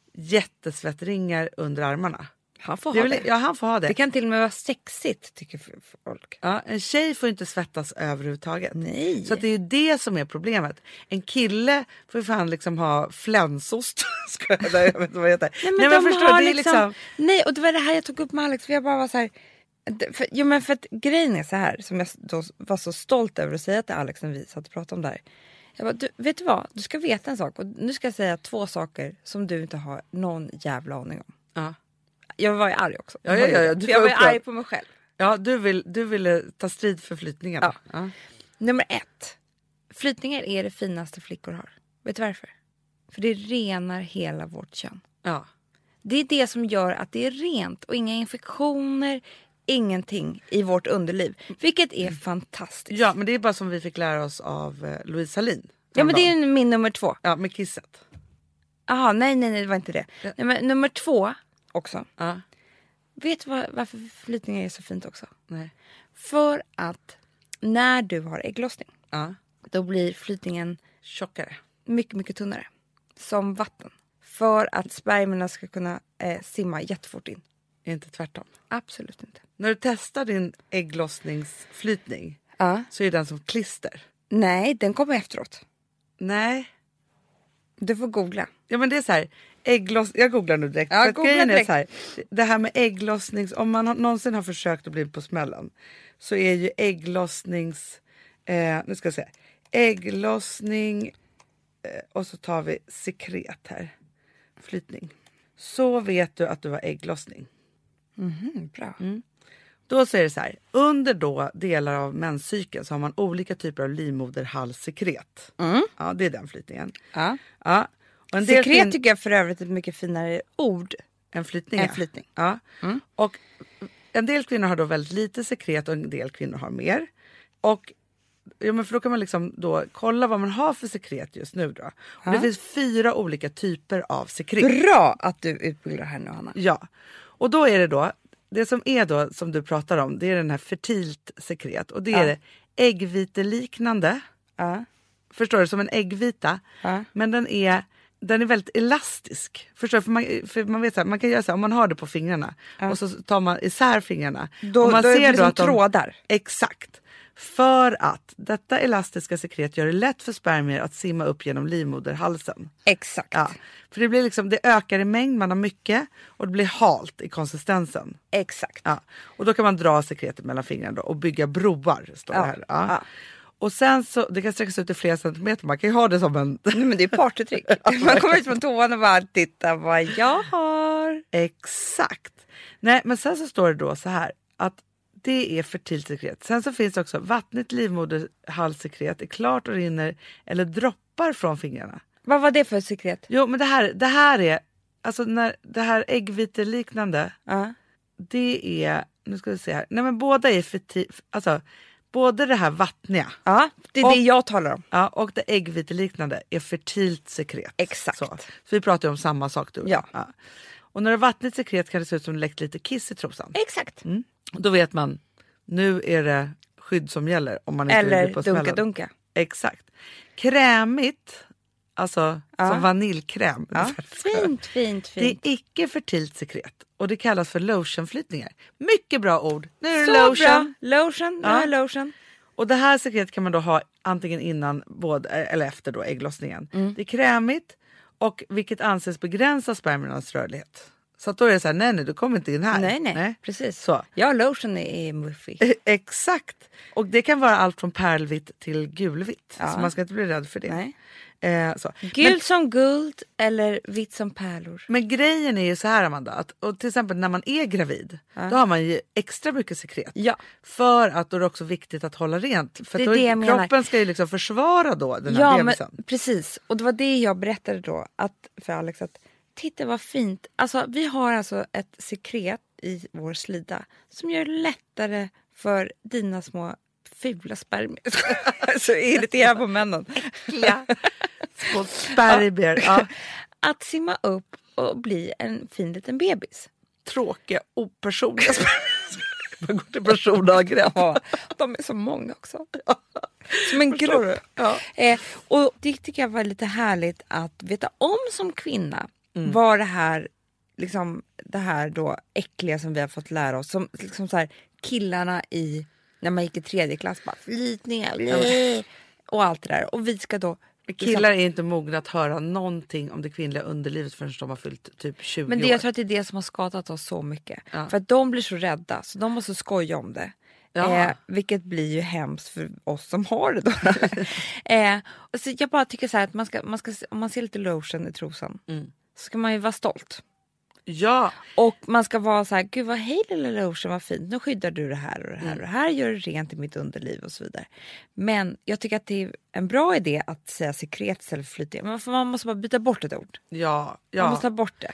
Speaker 1: jättesvettringar under armarna.
Speaker 4: Han får
Speaker 1: Det
Speaker 4: ha
Speaker 1: är väl,
Speaker 4: det.
Speaker 1: ja, han får ha det.
Speaker 4: Det kan till och med vara sexigt, tycker folk.
Speaker 1: Ja, en tjej får inte svettas överhuvudtaget.
Speaker 4: Nej.
Speaker 1: Så att det är ju det som är problemet. En kille får ju fan liksom ha flänsost. Ska jag, jag vet inte vad det heter.
Speaker 4: Nej, men,
Speaker 1: Nej,
Speaker 4: de
Speaker 1: men förstår,
Speaker 4: har
Speaker 1: det är liksom...
Speaker 4: Nej, och det var det här jag tog upp med Alex. För jag bara var så här... det- För, jo, men för att grejen är så här, som jag då var så stolt över att säga till Alex när vi satt och pratade om det här. Jag bara, du, vet du vad? Du ska veta en sak. Och nu ska jag säga två saker som du inte har någon jävla aning om.
Speaker 1: Ja.
Speaker 4: Jag var ju arg också.
Speaker 1: Ja, ja, ja, ja, du
Speaker 4: För jag
Speaker 1: var
Speaker 4: var ju
Speaker 1: upprörd.
Speaker 4: arg på mig själv.
Speaker 1: Ja, du, vill, du ville ta strid för flytningarna.
Speaker 4: Ja.
Speaker 1: Ja.
Speaker 4: Nummer ett. Flytningar är det finaste flickor har. Vet du varför? För det renar hela vårt kön.
Speaker 1: Ja.
Speaker 4: Det är det som gör att det är rent och inga infektioner, ingenting i vårt underliv. Vilket är fantastiskt.
Speaker 1: Ja, men det är bara som vi fick lära oss av eh, Louise Hallin.
Speaker 4: Ja, men det är min nummer två.
Speaker 1: Ja, med kisset.
Speaker 4: Jaha, nej, nej, nej, det var inte det.
Speaker 1: Ja.
Speaker 4: Nej, men nummer två också.
Speaker 1: Ja.
Speaker 4: Vet du var, varför flytningar är så fint också?
Speaker 1: Nej.
Speaker 4: För att när du har ägglossning,
Speaker 1: Ja.
Speaker 4: då blir flytningen
Speaker 1: Tjockare.
Speaker 4: mycket, mycket tunnare. Som vatten. För att spermierna ska kunna eh, simma jättefort in.
Speaker 1: Inte tvärtom.
Speaker 4: Absolut inte.
Speaker 1: När du testar din ägglossningsflytning
Speaker 4: Ja.
Speaker 1: så är den som klister.
Speaker 4: Nej, den kommer efteråt.
Speaker 1: Nej.
Speaker 2: Du får googla.
Speaker 1: Ja men det är så här, äggloss, jag googlar nu direkt.
Speaker 2: Ja,
Speaker 1: för att
Speaker 2: googla
Speaker 1: grejen
Speaker 2: direkt.
Speaker 1: är så här, det här med ägglossnings, om man har, någonsin har försökt att bli på smällen så är ju ägglossnings, eh, nu ska jag säga, ägglossning eh, och så tar vi sekret här, flytning. Så vet du att du har ägglossning.
Speaker 2: Mm, bra.
Speaker 1: Mm. Då så är det så här, under då delar av menscykeln så har man olika typer av livmoderhalssekret.
Speaker 2: Mm.
Speaker 1: Ja, det är den flytningen.
Speaker 2: Ja.
Speaker 1: Ja. Och en del
Speaker 2: Sekret
Speaker 1: fin-
Speaker 2: tycker jag för övrigt är ett mycket finare ord.
Speaker 1: En flytning.
Speaker 2: En
Speaker 1: ja.
Speaker 2: flytning.
Speaker 1: Ja.
Speaker 2: Mm.
Speaker 1: Och en del kvinnor har då väldigt lite sekret och en del kvinnor har mer. Och ja, men för då kan man liksom då kolla vad man har för sekret just nu då. Och
Speaker 2: Ja.
Speaker 1: det finns fyra olika typer av sekret.
Speaker 2: Bra att du utbildar här nu, Hanna.
Speaker 1: Ja. Och då är det då, det som är då som du pratar om, det är den här fertilt sekret. Och det är
Speaker 2: Ja.
Speaker 1: det äggviteliknande.
Speaker 2: Ja.
Speaker 1: Förstår du? Som en äggvita.
Speaker 2: Ja.
Speaker 1: Men den är, den är väldigt elastisk. Förstår du? För man, för man vet så här, man kan göra så här, om man har det på fingrarna och så tar man isär fingrarna.
Speaker 2: Då,
Speaker 1: och man
Speaker 2: då är det
Speaker 1: ser
Speaker 2: liksom
Speaker 1: att de,
Speaker 2: trådar.
Speaker 1: Exakt. För att detta elastiska sekret gör det lätt för spermier att simma upp genom livmoderhalsen.
Speaker 2: Exakt.
Speaker 1: Ja, för det blir liksom, det ökar i mängd, man har mycket och det blir halt i konsistensen.
Speaker 2: Exakt.
Speaker 1: Ja. Och då kan man dra sekretet mellan fingrarna då och bygga broar, står det
Speaker 2: Ja.
Speaker 1: här. Ja.
Speaker 2: Ja.
Speaker 1: Och sen så, det kan sträckas ut i flera centimeter, man kan ju ha det som en...
Speaker 2: Nej, men det är partytrick. Man kommer ut från toan och bara titta vad jag har.
Speaker 1: Exakt. Nej, men sen så står det då så här att det är fertilt sekret. Sen så finns det också vattnigt livmoderhalssekret, det är klart och rinner eller droppar från fingrarna.
Speaker 2: Vad var det för sekret?
Speaker 1: Jo, men det här, det här är, alltså när det här äggviteliknande,
Speaker 2: Ja.
Speaker 1: det är, nu ska vi se här, nej men båda är fertil, alltså både det här vattniga,
Speaker 2: Ja, det är
Speaker 1: Och-
Speaker 2: det jag talar om.
Speaker 1: ja, och det äggviteliknande är fertilt sekret.
Speaker 2: Exakt.
Speaker 1: Så, så vi pratar ju om samma sak du.
Speaker 2: Ja.
Speaker 1: ja. Och när det är vattnigt sekret kan det se ut som det läckt lite kiss i trosan.
Speaker 2: Exakt.
Speaker 1: Mm. Och då vet man, nu är det skydd som gäller om man inte vill
Speaker 2: Eller
Speaker 1: bli på smällen.
Speaker 2: dunka-dunka.
Speaker 1: Exakt. Krämigt, alltså
Speaker 2: Ja.
Speaker 1: som vaniljkräm.
Speaker 2: Ja.
Speaker 1: ungefär.
Speaker 2: Fint, fint,
Speaker 1: Det är
Speaker 2: fint.
Speaker 1: icke fertilt sekret och det kallas för lotionflytningar. Mycket bra ord. Nu är det
Speaker 2: Så
Speaker 1: lotion.
Speaker 2: bra. Lotion,
Speaker 1: Ja.
Speaker 2: ja. lotion.
Speaker 1: Och det här sekretet kan man då ha antingen innan både, eller efter då ägglossningen.
Speaker 2: Mm.
Speaker 1: Det är krämigt och vilket anses begränsa spermiernas rörlighet. Så att då är det så här, nej nej du kommer inte in här.
Speaker 2: Nej, nej, precis.
Speaker 1: Så.
Speaker 2: Ja, lotion är muffig.
Speaker 1: Eh, Exakt. Och det kan vara allt från pärlvitt till gulvitt.
Speaker 2: Ja.
Speaker 1: Så man ska inte bli rädd för det.
Speaker 2: Nej.
Speaker 1: Eh, så.
Speaker 2: Gult
Speaker 1: Men,
Speaker 2: som guld eller vitt som pärlor.
Speaker 1: men grejen är ju så här Amanda, att och till exempel när man är gravid, då har man ju extra mycket sekret.
Speaker 2: Ja.
Speaker 1: För att då är det också viktigt att hålla rent. För
Speaker 2: Det är
Speaker 1: då,
Speaker 2: det jag menar.
Speaker 1: kroppen ska ju liksom försvara då den här
Speaker 2: Ja, men
Speaker 1: bebisen.
Speaker 2: precis. Och det var det jag berättade då att, för Alex att titta vad fint. Alltså, vi har alltså ett sekret i vår slida som gör det lättare för dina små fula spermier. Så irriterad på männen.
Speaker 1: Ja. Små spermier. Ja.
Speaker 2: Att simma upp och bli en fin liten bebis.
Speaker 1: Tråkiga, opersonliga spermier. Man går till personangrepp.
Speaker 2: Ja, de är så många också. Som en
Speaker 1: Förstår
Speaker 2: grupp.
Speaker 1: du? Ja.
Speaker 2: Eh, och det tycker jag var lite härligt att veta om som kvinna.
Speaker 1: Mm.
Speaker 2: Var det här liksom det här då äckliga som vi har fått lära oss. Som liksom så här, killarna i när man gick i tredje klass bara flytningar blä, och allt det där. Och vi ska då liksom,
Speaker 1: Killar är inte mogna att höra någonting om det kvinnliga underlivet förrän de har fyllt typ tjugo
Speaker 2: men det,
Speaker 1: år.
Speaker 2: jag tror att det är det som har skadat oss så mycket.
Speaker 1: Ja.
Speaker 2: För att de blir så rädda så de måste skoja om det.
Speaker 1: Ja.
Speaker 2: Eh, vilket blir ju hemskt för oss som har det då. eh, så jag bara tycker så här att man ska, man ska, om man ser lite lotion i trosan
Speaker 1: Mm.
Speaker 2: så ska man ju vara stolt.
Speaker 1: Ja,
Speaker 2: Och man ska vara så här, gud vad hej lilla lotion, vad fint. Nu skyddar du det här och det här
Speaker 1: Mm.
Speaker 2: och det här gör det rent i mitt underliv och så vidare. Men jag tycker att det är en bra idé att säga sekret istället för flytning. Men man måste bara byta bort ett ord.
Speaker 1: ja,
Speaker 2: Man
Speaker 1: ja.
Speaker 2: måste ta bort det.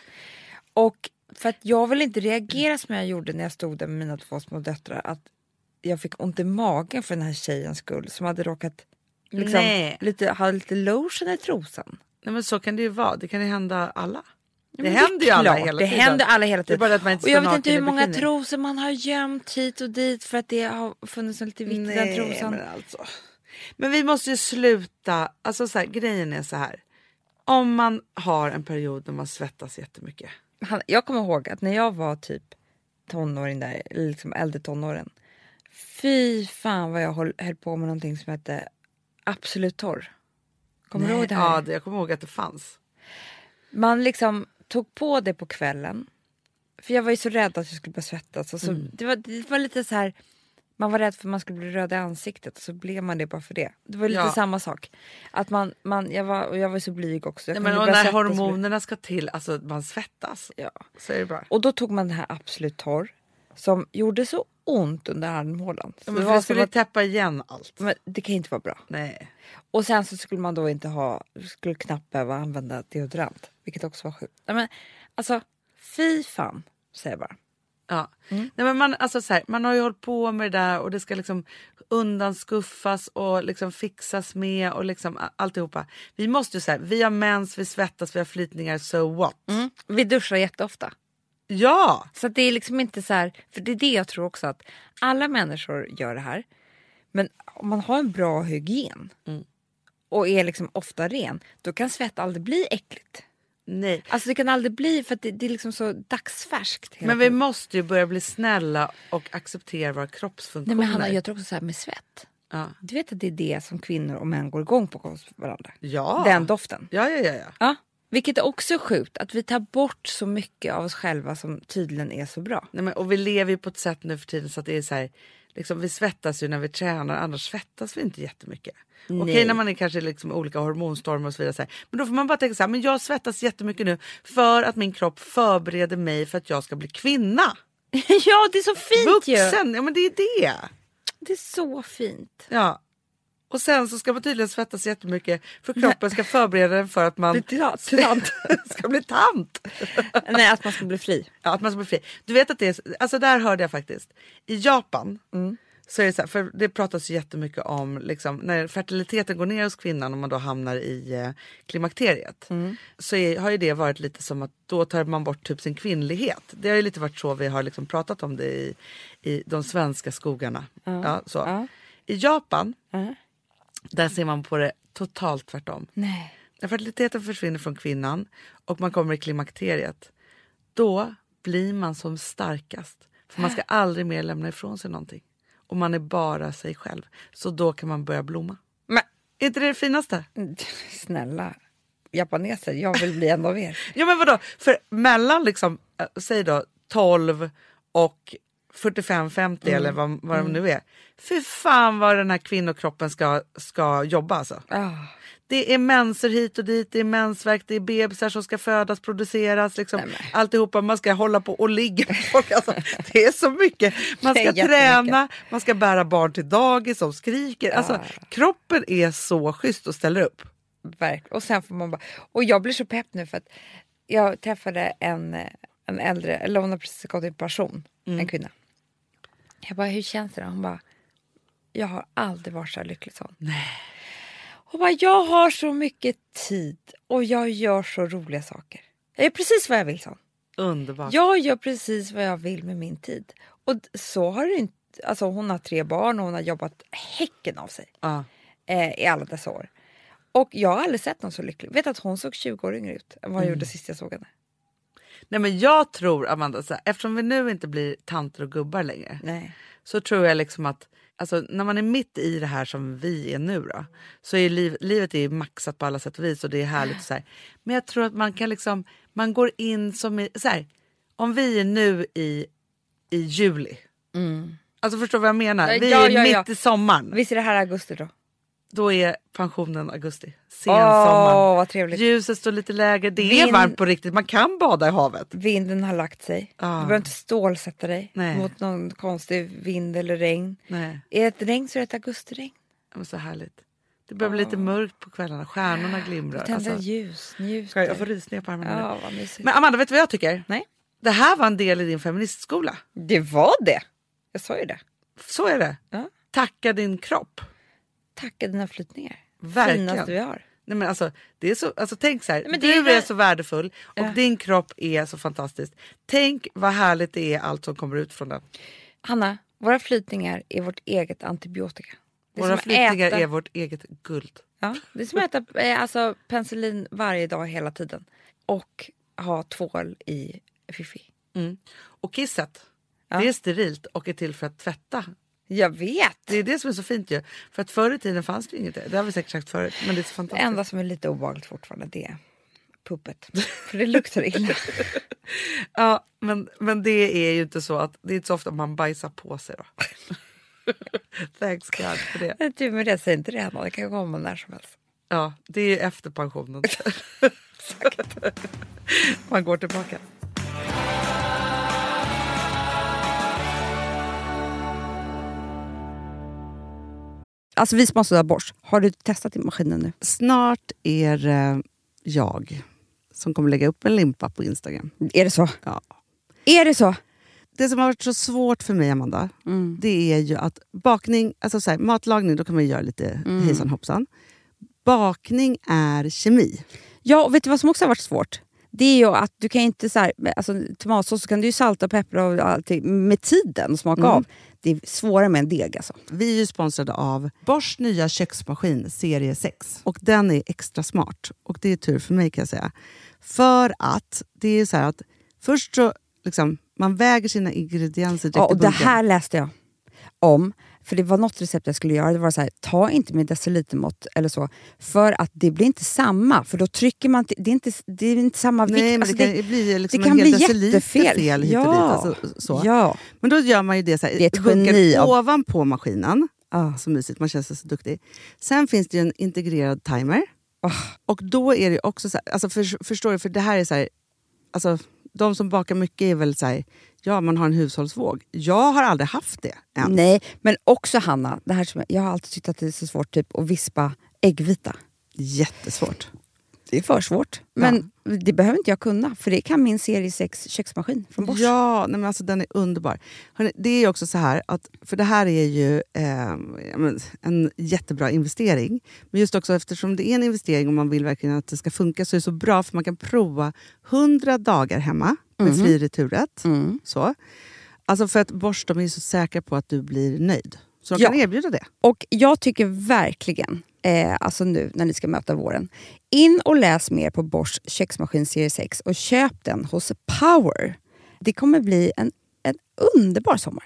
Speaker 2: Och för att jag vill inte reagera som jag gjorde när jag stod där med mina två små döttrar. Att jag fick ont i magen för den här tjejens skull. Som hade råkat liksom,
Speaker 1: Nej.
Speaker 2: lite, ha lite lotion i trosan.
Speaker 1: Nej, men så kan det ju vara. Det kan ju hända alla. Det
Speaker 2: Men
Speaker 1: händer ju
Speaker 2: är
Speaker 1: alla
Speaker 2: klart,
Speaker 1: hela
Speaker 2: det
Speaker 1: tiden.
Speaker 2: händer alla hela
Speaker 1: Det är
Speaker 2: tiden.
Speaker 1: bara att man inte
Speaker 2: Och jag
Speaker 1: står
Speaker 2: vet inte
Speaker 1: naken
Speaker 2: hur
Speaker 1: i
Speaker 2: många
Speaker 1: bikini.
Speaker 2: trosor man har gömt hit och dit. För att det har funnits lite vitt i den
Speaker 1: Nej,
Speaker 2: trosan.
Speaker 1: men alltså. Men vi måste ju sluta. Alltså så här, grejen är så här. Om man har en period när man svettas jättemycket.
Speaker 2: Han, jag kommer ihåg att när jag var typ tonåring där, eller liksom äldre tonåren. Fy fan vad jag höll, höll på med någonting som hette Absolut torr. Kommer du ihåg det här?
Speaker 1: Ja, det, jag kommer ihåg att det fanns.
Speaker 2: Man liksom tog på det på kvällen. För jag var ju så rädd att jag skulle börja svettas. Och så,
Speaker 1: Mm.
Speaker 2: det, var, det var lite så här... Man var rädd för att man skulle bli röd i ansiktet. Och så blev man det bara för det. Det var lite
Speaker 1: Ja.
Speaker 2: samma sak. Att man, man, jag, var, och jag var så blyg också. Jag
Speaker 1: Nej,
Speaker 2: kunde
Speaker 1: men, och
Speaker 2: börja
Speaker 1: när
Speaker 2: svettas och bli-
Speaker 1: hormonerna ska till, alltså man svettas.
Speaker 2: Ja.
Speaker 1: Så är det bra.
Speaker 2: Och då tog man den här Absolut Torr. Som gjorde så ont under armhålan. Så
Speaker 1: Ja,
Speaker 2: det
Speaker 1: men
Speaker 2: var
Speaker 1: för det
Speaker 2: som
Speaker 1: skulle
Speaker 2: att,
Speaker 1: täppa igen allt.
Speaker 2: men det kan inte vara bra.
Speaker 1: Nej.
Speaker 2: Och sen så skulle man då inte ha, skulle knappt behöva använda deodorant. Vilket också var sjukt. Nej, men alltså, fy fan, säger jag bara.
Speaker 1: Ja.
Speaker 2: Mm.
Speaker 1: Nej, men man, alltså, så här, man har ju hållit på med det där och det ska liksom undanskuffas och liksom fixas med och liksom a- alltihopa. Vi måste ju säga, vi har mens, vi svettas, vi har flytningar, so what?
Speaker 2: Mm. Vi duschar jätteofta.
Speaker 1: Ja!
Speaker 2: Så att det är liksom inte så här, för det är det jag tror också att alla människor gör det här. Men om man har en bra hygien
Speaker 1: Mm.
Speaker 2: och är liksom ofta ren, då kan svett aldrig bli äckligt.
Speaker 1: Nej.
Speaker 2: Alltså det kan aldrig bli, för att det, det är liksom så dagsfärskt. hela
Speaker 1: Men vi
Speaker 2: tiden.
Speaker 1: måste ju börja bli snälla och acceptera våra
Speaker 2: Nej
Speaker 1: kroppsfunktioner.
Speaker 2: men Hanna, jag tror också så här med svett.
Speaker 1: Ja.
Speaker 2: Du vet att det är det som kvinnor och män går igång på hos varandra.
Speaker 1: Ja.
Speaker 2: Den doften.
Speaker 1: Ja, ja, ja, ja.
Speaker 2: Ja. Vilket är också sjukt, att vi tar bort så mycket av oss själva som tydligen är så bra.
Speaker 1: Nej, men, och vi lever ju på ett sätt nu för tiden så att det är så här, liksom, vi svettas ju när vi tränar, annars svettas vi inte jättemycket.
Speaker 2: Nej.
Speaker 1: Okej, när man är kanske liksom olika hormonstormar och så vidare. Så här. Men då får man bara tänka så här, men jag svettas jättemycket nu för att min kropp förbereder mig för att jag ska bli kvinna.
Speaker 2: Ja, det är så fint ju.
Speaker 1: Vuxen, ja men det är det.
Speaker 2: Det är så fint.
Speaker 1: Ja. Och sen så ska man tydligen svettas jättemycket för kroppen ska förbereda den för att man
Speaker 2: Tant.
Speaker 1: ska bli tant.
Speaker 2: Nej, att man ska bli fri.
Speaker 1: Ja, att man ska bli fri. Du vet att det är, alltså där hörde jag faktiskt. I Japan
Speaker 2: Mm.
Speaker 1: så är det så här, för det pratas ju jättemycket om liksom, när fertiliteten går ner hos kvinnan och man då hamnar i eh, klimakteriet.
Speaker 2: Mm.
Speaker 1: Så är, har ju det varit lite som att då tar man bort typ sin kvinnlighet. Det har ju lite varit så vi har liksom pratat om det i, i de svenska skogarna.
Speaker 2: Ja.
Speaker 1: Ja, så.
Speaker 2: Ja.
Speaker 1: I Japan,
Speaker 2: Ja.
Speaker 1: där ser man på det totalt tvärtom.
Speaker 2: Nej.
Speaker 1: När fertiliteten försvinner från kvinnan och man kommer i klimakteriet, då blir man som starkast. För man ska aldrig mer lämna ifrån sig någonting. Och man är bara sig själv. Så då kan man börja blomma.
Speaker 2: Men
Speaker 1: Är inte det det finaste?
Speaker 2: snälla japaneser, jag vill bli en av er.
Speaker 1: Ja men vadå? För mellan liksom, äh, säg då tolv och fyrtiofem femtio eller vad, vad de nu är. För fan vad den här kvinnokroppen ska, ska jobba alltså.
Speaker 2: Ah.
Speaker 1: Det är menser hit och dit, det är mensvärk, det är bebisar som ska födas, produceras, liksom,
Speaker 2: Nej, men.
Speaker 1: alltihopa. Man ska hålla på och ligga med folk. Alltså, det är så mycket. Man
Speaker 2: Det är
Speaker 1: ska
Speaker 2: jättemycket.
Speaker 1: träna, man ska bära barn till dagis som skriker. Alltså,
Speaker 2: Ja.
Speaker 1: kroppen är så schysst och ställer upp.
Speaker 2: Verkligen. Och sen får man bara... Och jag blir så pepp nu för att jag träffade en, en äldre, eller hon har precis gått i pension, en kvinna. Jag bara, hur känns det då? Hon bara, jag har aldrig varit så här lycklig sån.
Speaker 1: Nej.
Speaker 2: Hon bara, jag har så mycket tid och jag gör så roliga saker. Jag gör precis vad jag vill, sån.
Speaker 1: Underbart.
Speaker 2: Jag gör precis vad jag vill med min tid. Och så har det inte... Alltså hon har tre barn och hon har jobbat häcken av sig
Speaker 1: Ja.
Speaker 2: eh, i alla dessa år. Och jag har aldrig sett någon så lycklig. Vet att hon såg tjugo år yngre ut än vad jag gjorde sist jag såg henne.
Speaker 1: Nej men jag tror, Amanda, så här, eftersom vi nu inte blir tanter och gubbar längre.
Speaker 2: Nej.
Speaker 1: Så tror jag liksom att alltså, när man är mitt i det här som vi är nu då, så är liv, livet är maxat på alla sätt och vis och det är härligt. Så här. Men jag tror att man kan liksom, man går in som i, så här, om vi är nu i, i juli. Alltså förstår du vad jag menar?
Speaker 2: Ja,
Speaker 1: Vi
Speaker 2: ja,
Speaker 1: är
Speaker 2: ja,
Speaker 1: mitt
Speaker 2: ja.
Speaker 1: i sommaren.
Speaker 2: Visst är det här augusti då?
Speaker 1: Då är pensionen augusti.
Speaker 2: Åh,
Speaker 1: Sensommaren.
Speaker 2: vad trevligt.
Speaker 1: Ljuset står lite lägre. Det är
Speaker 2: Vind-
Speaker 1: varmt på riktigt. Man kan bada i havet.
Speaker 2: Vinden har lagt sig.
Speaker 1: Ah.
Speaker 2: Du behöver inte stålsätta dig
Speaker 1: Nej.
Speaker 2: mot någon konstig vind eller regn.
Speaker 1: Nej,
Speaker 2: Är det ett regn så är det ett augustiregn.
Speaker 1: det var så härligt. Det börjar bli lite mörkt på kvällarna. Stjärnorna glimrar.
Speaker 2: Tänder
Speaker 1: Alltså,
Speaker 2: ljus, njut.
Speaker 1: jag får rysningar på armarna.
Speaker 2: Ja, vad mysigt.
Speaker 1: Men Amanda, vet du vad jag tycker?
Speaker 2: Nej,
Speaker 1: Det här var en del i din feministskola.
Speaker 2: det var det. Jag sa ju det.
Speaker 1: Så är det.
Speaker 2: Ja.
Speaker 1: Tacka din kropp.
Speaker 2: Tacka dina flyttningar.
Speaker 1: Verkligen.
Speaker 2: Finaste vi har.
Speaker 1: Nej, men alltså, det är så, alltså, tänk så här.
Speaker 2: men det
Speaker 1: Du
Speaker 2: är
Speaker 1: är,
Speaker 2: väl-
Speaker 1: så värdefull och
Speaker 2: Ja.
Speaker 1: din kropp är så fantastisk. Tänk vad härligt det är allt som kommer ut från den.
Speaker 2: Hanna, våra flytningar är vårt eget antibiotika. Det är
Speaker 1: Våra
Speaker 2: som att
Speaker 1: flyttningar
Speaker 2: äta-
Speaker 1: är vårt eget guld.
Speaker 2: Ja, det är som att äta eh, alltså, penicillin varje dag hela tiden. Och ha tvål i fiffi.
Speaker 1: Mm. Och kisset,
Speaker 2: Ja.
Speaker 1: det är sterilt och är till för att tvätta
Speaker 2: Jag vet.
Speaker 1: Det är det som är så fint ju. För att förr i tiden fanns det inget. Det har vi säkert sagt förut. Men det är så
Speaker 2: Det
Speaker 1: fantastiskt.
Speaker 2: enda som är lite obehagligt fortfarande det är puppet. För det luktar illa.
Speaker 1: Ja, men, men det är ju inte så att det är inte så ofta man bajsar på sig då. Thanks God för det.
Speaker 2: Du med det, säger inte det, Hanna. Det kan komma när som helst.
Speaker 1: Ja, det är efter pensionen. Man går tillbaka.
Speaker 4: Alltså vi sponsrar Bosch. Har du testat i maskinen nu?
Speaker 3: Snart är eh, jag som kommer lägga upp en limpa på Instagram.
Speaker 4: Är det så?
Speaker 3: Ja.
Speaker 4: Är det så?
Speaker 3: Det som har varit så svårt för mig, Amanda, mm. det är ju att bakning, alltså så här, matlagning, då kan man ju göra lite mm. hejsan hoppsan. Bakning är kemi.
Speaker 4: Ja, och vet du vad som också har varit svårt? Det är ju att du kan inte så här, alltså tomatsås så kan du ju salta och peppra och allting med tiden och smaka mm. av. Det är svårare med en deg alltså.
Speaker 3: Vi är ju sponsrade av Bosch nya köksmaskin serie sex. Och den är extra smart. Och det är tur för mig kan jag säga. För att det är så här att först så liksom, man väger sina ingredienser direkt.
Speaker 4: Ja, och det här läste jag om. För det var något recept jag skulle göra. Det var så här, ta inte med decilitermått eller så. För att det blir inte samma. För då trycker man... Det är inte, det är inte samma vikt.
Speaker 3: Nej, men
Speaker 4: alltså
Speaker 3: det,
Speaker 4: det
Speaker 3: kan bli, liksom
Speaker 4: det kan
Speaker 3: en
Speaker 4: bli
Speaker 3: jättefel.
Speaker 4: jättefel.
Speaker 3: Hit
Speaker 4: Ja.
Speaker 3: och dit, alltså, så.
Speaker 4: Ja.
Speaker 3: Men då gör man ju det så här.
Speaker 4: Det är ett geni av...
Speaker 3: ovanpå maskinen.
Speaker 4: Ah.
Speaker 3: Så mysigt, man känns så duktig. Sen finns det ju en integrerad timer.
Speaker 4: Ah.
Speaker 3: Och då är det också så här, alltså för, förstår du, för det här är så här, alltså de som bakar mycket är väl så här, ja man har en hushållsvåg. Jag har aldrig haft det än.
Speaker 4: Nej, men också Hanna, det här som jag, jag har alltid tyckt att det är så svårt typ att vispa äggvita.
Speaker 3: Jättesvårt.
Speaker 4: Det är för svårt. Men ja. Det behöver inte jag kunna, för det kan min serie sex köksmaskin från Bosch.
Speaker 3: Ja, nej men alltså den är underbar. Hörrni, det är också så här, att, för det här är ju eh, en jättebra investering. Men just också eftersom det är en investering och man vill verkligen att det ska funka, så är det så bra för man kan prova hundra dagar hemma med mm. fri returrätt. Mm. Så. Alltså för att Bosch, de är så säkra på att du blir nöjd. Så de
Speaker 4: ja.
Speaker 3: kan erbjuda det.
Speaker 4: Och jag tycker verkligen, eh, alltså nu när ni ska möta våren, in och läs mer på Bosch köksmaskin serie sex och köp den hos Power. Det kommer bli en, en underbar sommar.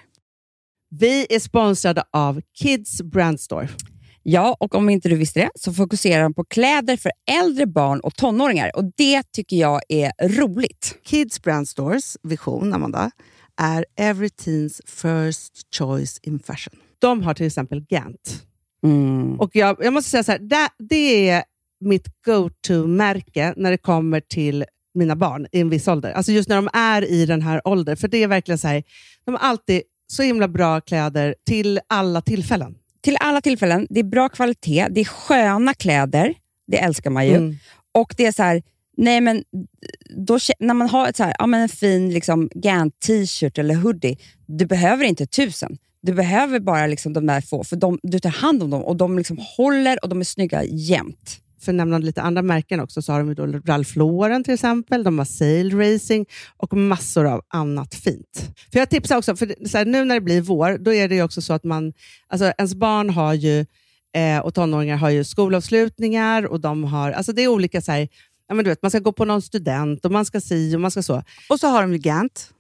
Speaker 3: Vi är sponsrade av Kids Brand Store.
Speaker 4: Ja, och om inte du visste det så fokuserar de på kläder för äldre barn och tonåringar. Och det tycker jag är roligt.
Speaker 3: Kids Brand Stores vision, Amanda, är every teens first choice in fashion. De har till exempel Gant.
Speaker 4: Mm.
Speaker 3: Och jag, jag måste säga så här, det, det är mitt go-to-märke när det kommer till mina barn i en viss ålder. Alltså just när de är i den här åldern. För det är verkligen så här, de har alltid så himla bra kläder till alla tillfällen.
Speaker 4: Till alla tillfällen. Det är bra kvalitet. Det är sköna kläder. Det älskar man ju. Mm. Och det är så här, nej men då, när man har ett så här, ja, men en fin liksom, Gant t-shirt eller hoodie, du behöver inte tusen. Du behöver bara liksom de där få, för de, du tar hand om dem och de liksom håller och de är snygga jämt.
Speaker 3: För att nämna lite andra märken också, så har de ju då Ralph Lauren till exempel, de har Sail Racing och massor av annat fint. För jag tipsar också, för så här, nu när det blir vår, då är det ju också så att man, alltså ens barn har ju, eh, och tonåringar har ju skolavslutningar och de har, alltså det är olika så här, ja men du vet, man ska gå på någon student och man ska si och man ska så. Och så har de ju Gant,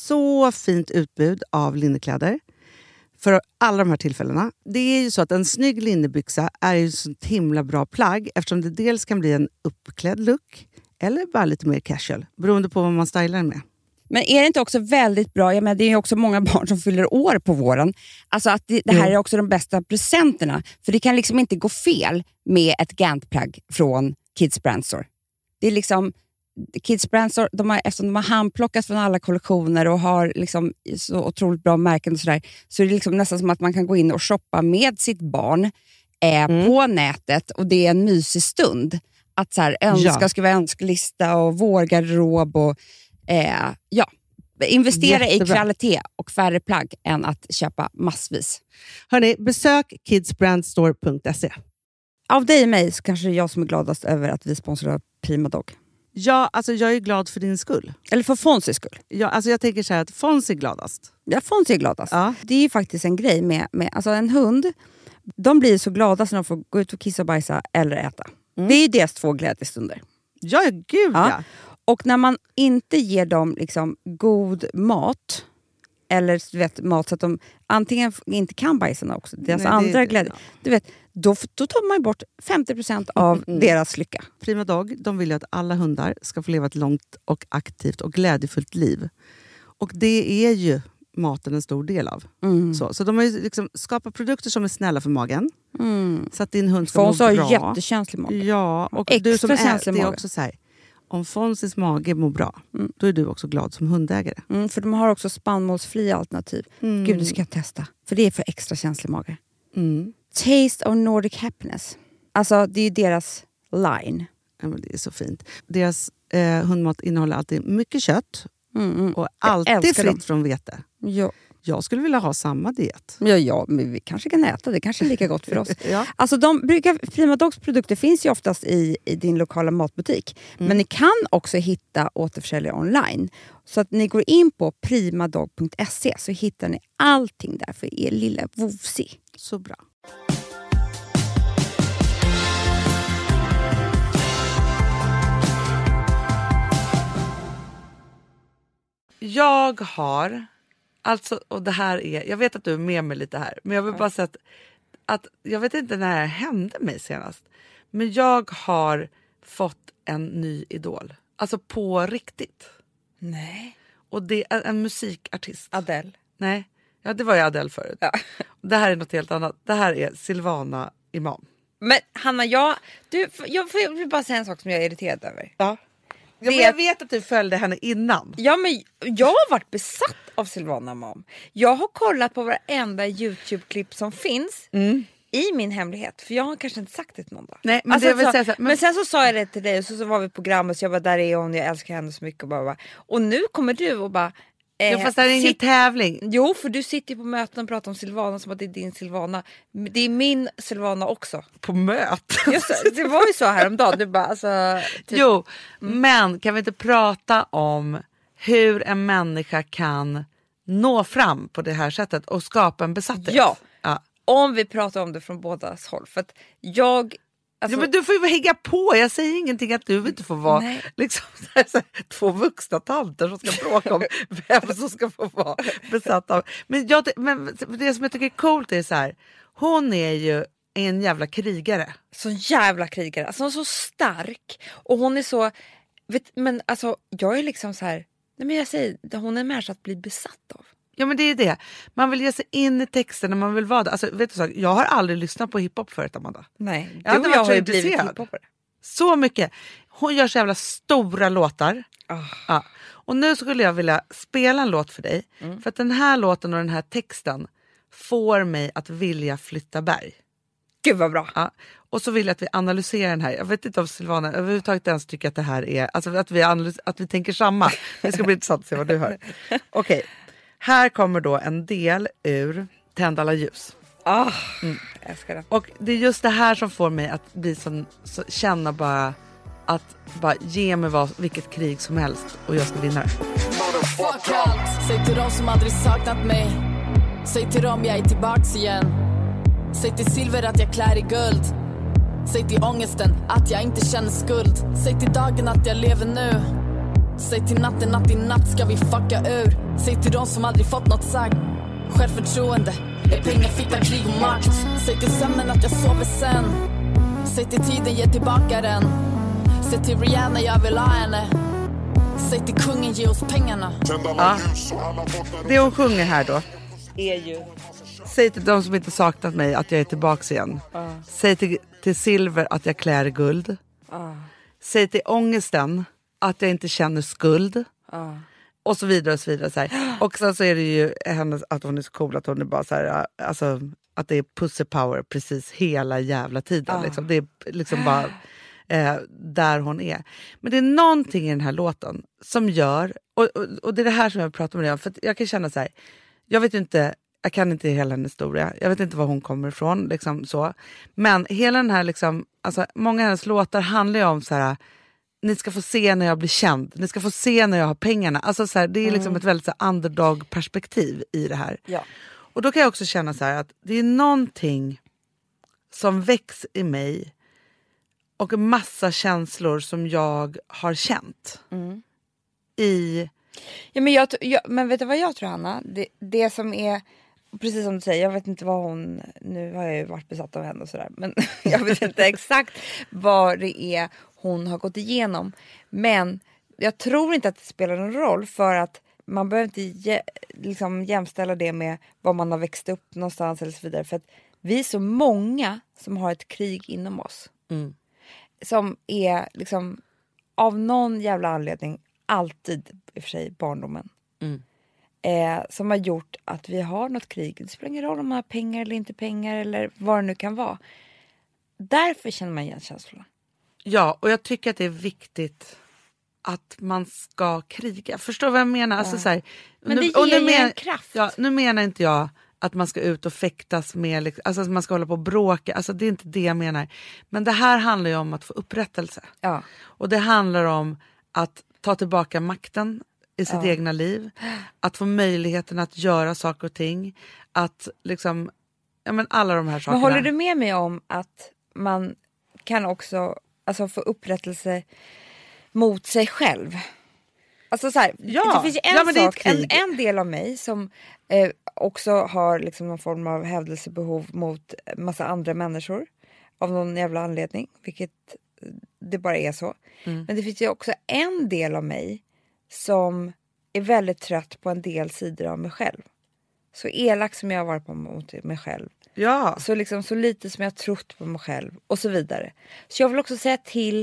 Speaker 3: så fint utbud av linnekläder. För alla de här tillfällena. Det är ju så att en snygg linnebyxa är ju så himla bra plagg. Eftersom det dels kan bli en uppklädd look. Eller bara lite mer casual. Beroende på vad man stylar den med.
Speaker 4: Men är det inte också väldigt bra? Jag menar, det är ju också många barn som fyller år på våren. Alltså att det, det här mm. är också de bästa presenterna. För det kan liksom inte gå fel med ett Gant-plagg från Kids Brand Store. Det är liksom... Kids Brand Store, de har, eftersom de har handplockat från alla kollektioner och har liksom så otroligt bra märken och sådär, så är det liksom nästan som att man kan gå in och shoppa med sitt barn eh, mm. på nätet, och det är en mysig stund att så här, önska, ja. skriva önskelista och vårgarderob och eh, ja, investera Jättebra. i kvalitet och färre plagg än att köpa massvis.
Speaker 3: Hörrni, besök kids brand store punkt se.
Speaker 4: Av dig och mig så kanske det är jag som är gladast över att vi sponsrar Prima Dog.
Speaker 3: Ja, alltså jag är glad för din skull.
Speaker 4: Eller för Fonzys skull.
Speaker 3: Ja, alltså jag tänker så här att Fonzie är gladast.
Speaker 4: Ja, Fonzie är gladast.
Speaker 3: Ja.
Speaker 4: Det är ju faktiskt en grej med, med alltså en hund. De blir så glada när de får gå ut och kissa och bajsa eller äta. Mm. Det är ju deras två glädjestunder.
Speaker 3: Ja, gud ja.
Speaker 4: ja. Och när man inte ger dem liksom god mat, eller du vet, mat så att de antingen inte kan bajsarna också. Deras
Speaker 3: Nej,
Speaker 4: andra
Speaker 3: det,
Speaker 4: glädje.
Speaker 3: Ja.
Speaker 4: Du vet, då, då tar man ju bort femtio procent av mm. deras lycka.
Speaker 3: Prima Dog, de vill ju att alla hundar ska få leva ett långt och aktivt och glädjefullt liv. Och det är ju maten en stor del av. Mm. Så, så de har ju liksom skapat produkter som är snälla för magen. Mm. Så att din hund ska
Speaker 4: Fons
Speaker 3: må bra.
Speaker 4: har jättekänslig mage.
Speaker 3: Ja, och
Speaker 4: extra
Speaker 3: du som
Speaker 4: känslig
Speaker 3: är, det är
Speaker 4: mage.
Speaker 3: också så här, om Fonsis mage mår bra, mm. då är du också glad som hundägare.
Speaker 4: Mm, för de har också spannmålsfria alternativ. Mm. Gud, det ska jag testa. För det är för extra känslig mage. Mm. Taste of Nordic Happiness. Alltså, det är ju deras line.
Speaker 3: Ja, men det är så fint. Deras eh, hundmat innehåller alltid mycket kött. Mm, mm. Och alltid fritt dem. Från vete.
Speaker 4: Ja.
Speaker 3: Jag skulle vilja ha samma diet.
Speaker 4: Ja, ja, men vi kanske kan äta. Det kanske är lika gott för oss.
Speaker 3: Ja.
Speaker 4: Alltså, de brukar, Prima Dogs produkter finns ju oftast i, i din lokala matbutik. Mm. Men ni kan också hitta återförsäljare online. Så att ni går in på primadog punkt se så hittar ni allting där för er lilla vovsi.
Speaker 3: Så bra.
Speaker 1: Jag har, alltså, och det här är, jag vet att du är med mig lite här, men jag vill bara säga att, att jag vet inte när det här hände mig senast, men jag har fått en ny idol. Alltså på riktigt.
Speaker 2: Nej.
Speaker 1: Och det är en musikartist.
Speaker 2: Adele.
Speaker 1: Nej, ja, det var ju Adele förut. Ja. Det här är något helt annat. Det här är Silvana Imam.
Speaker 2: Men Hanna, jag, du, jag, jag vill bara säga en sak som jag är irriterad över.
Speaker 1: Ja. Ja, men jag vet att du följde henne innan.
Speaker 2: Ja, men jag har varit besatt av Silvana Imam. Jag har kollat på varenda YouTube-klipp som finns mm. i min hemlighet. För jag har kanske inte sagt det till någon dag.
Speaker 1: Nej, men,
Speaker 2: alltså,
Speaker 1: det vill
Speaker 2: så,
Speaker 1: säga så, men...
Speaker 2: men sen så sa jag det till dig och så, så var vi på program och så jag bara, där är hon, jag älskar henne så mycket. Och, bara, bara. Och nu kommer du och bara...
Speaker 1: Eh, ja, fast det är ingen sitt... tävling.
Speaker 2: Jo, för du sitter på möten och pratar om Silvana som att det är din Silvana. Det är min Silvana också.
Speaker 1: På möten?
Speaker 2: Just det, det var ju så häromdagen. Du bara, alltså,
Speaker 1: typ... Jo, mm. men kan vi inte prata om hur en människa kan nå fram på det här sättet och skapa en besatthet?
Speaker 2: Ja, ja. Om vi pratar om det från bådas håll. För att jag...
Speaker 1: Alltså, ja, men du får ju hänga på. Jag säger ingenting att du inte får vara liksom, så här, så här, två vuxna tanter som ska bråka om vem som ska få vara besatt av. Men, jag, men det som jag tycker är coolt är så här. Hon är ju en jävla krigare.
Speaker 2: Så jävla krigare. Alltså hon är så stark. Och hon är så... Vet, men alltså jag är liksom så här... Nej, men jag säger, hon är en människa att bli besatt av.
Speaker 1: Ja, men det är det. Man vill ge sig in i texten när man vill vara det. Alltså, vet du så, jag har aldrig lyssnat på hiphop förut, Amanda.
Speaker 2: Nej, du
Speaker 1: jag
Speaker 2: och jag har ju blivit hiphopare.
Speaker 1: Så mycket. Hon gör så jävla stora låtar. Oh. Ja. Och nu skulle jag vilja spela en låt för dig. Mm. För att den här låten och den här texten får mig att vilja flytta berg.
Speaker 2: Gud vad bra.
Speaker 1: Ja. Och så vill jag att vi analyserar den här. Jag vet inte om Silvana överhuvudtaget ens tycker att det här är... Alltså att vi, analys- att vi tänker samma. Det ska bli intressant att se vad du hör. Okej. Okay. Här kommer då en del ur Tänd alla ljus.
Speaker 2: Oh, mm. Jag älskar det.
Speaker 1: Och det är just det här som får mig att bli som, så, känna bara att bara ge mig vad, vilket krig som helst och jag ska vinna det.
Speaker 5: Fuck allt. Säg till dem som aldrig saknat mig. Säg till dem jag är tillbaks igen. Säg till silver att jag klär i guld. Säg till ångesten att jag inte känner skuld. Säg till dagen att jag lever nu. Säg till natten att i natt ska vi fucka ur. Säg till dem som aldrig fått något sagt. Självförtroende är pengar, fitta, krig och makt. Säg till sömnen att jag sover sen. Säg till tiden, ge tillbaka den. Säg till Rihanna, jag vill ha henne. Säg till kungen, ge oss pengarna.
Speaker 1: Ja. Det hon sjunger här då är ju: säg till de som inte saknat mig att jag är tillbaks igen. uh. Säg till, till silver att jag klär i guld. uh. Säg till ångesten att jag inte känner skuld. uh. Och så vidare och så vidare så här. Och sen så är det ju hennes, att hon är så cool att hon är bara så här, alltså att det är pussy power precis hela jävla tiden. uh. liksom. Det är liksom bara eh, där hon är. Men det är någonting i den här låten som gör, och, och, och det är det här som jag pratar med dig om, för jag kan känna så här, jag vet inte, jag kan inte hela hennes historia. Jag vet inte var hon kommer ifrån. Liksom så. Men hela den här, liksom, alltså, många av hennes låtar handlar ju om så här: ni ska få se när jag blir känd. Ni ska få se när jag har pengarna. Alltså, så här, det är liksom mm. ett väldigt så här, underdog-perspektiv i det här.
Speaker 2: Ja.
Speaker 1: Och då kan jag också känna så här att det är någonting som väcks i mig. Och en massa känslor som jag har känt. Mm. I
Speaker 2: Ja, men, jag, jag, men vet du vad jag tror, Hanna? Det, det som är, precis som du säger, jag vet inte vad hon, nu har jag ju varit besatt av henne och sådär, men jag vet inte exakt vad det är hon har gått igenom. Men jag tror inte att det spelar någon roll, för att man behöver inte ge, liksom jämställa det med vad man har växt upp någonstans eller så vidare. För att vi är så många som har ett krig inom oss.
Speaker 1: Mm.
Speaker 2: Som är liksom av någon jävla anledning alltid i och för sig barndomen.
Speaker 1: Mm.
Speaker 2: Eh, som har gjort att vi har något krig. Det spelar ingen roll om man har pengar eller inte pengar eller vad det nu kan vara. Därför känner man igen känslorna.
Speaker 1: Ja, och jag tycker att det är viktigt att man ska kriga. Förstår du vad jag menar? Ja. Alltså, så här,
Speaker 2: men
Speaker 1: nu,
Speaker 2: det ger
Speaker 1: och nu
Speaker 2: ju
Speaker 1: men,
Speaker 2: en kraft.
Speaker 1: Ja, nu menar inte jag att man ska ut och fäktas med, alltså att man ska hålla på och bråka. Alltså det är inte det jag menar. Men det här handlar ju om att få upprättelse.
Speaker 2: Ja.
Speaker 1: Och det handlar om att ta tillbaka makten i sitt
Speaker 2: ja.
Speaker 1: egna liv. Att få möjligheten att göra saker och ting. Att liksom, ja men alla de här sakerna.
Speaker 2: Men håller du med mig om att man kan också alltså, få upprättelse mot sig själv? Alltså så här,
Speaker 1: ja.
Speaker 2: det finns ju en
Speaker 1: ja, men
Speaker 2: sak, en, en del av mig som eh, också har liksom någon form av hävdelsebehov mot massa andra människor av någon jävla anledning, vilket det bara är så. Mm. Men det finns ju också en del av mig som är väldigt trött på en del sidor av mig själv. Så elak som jag har varit på mot mig själv.
Speaker 1: Ja.
Speaker 2: Så, liksom, så lite som jag har trott på mig själv och så vidare. Så jag vill också säga till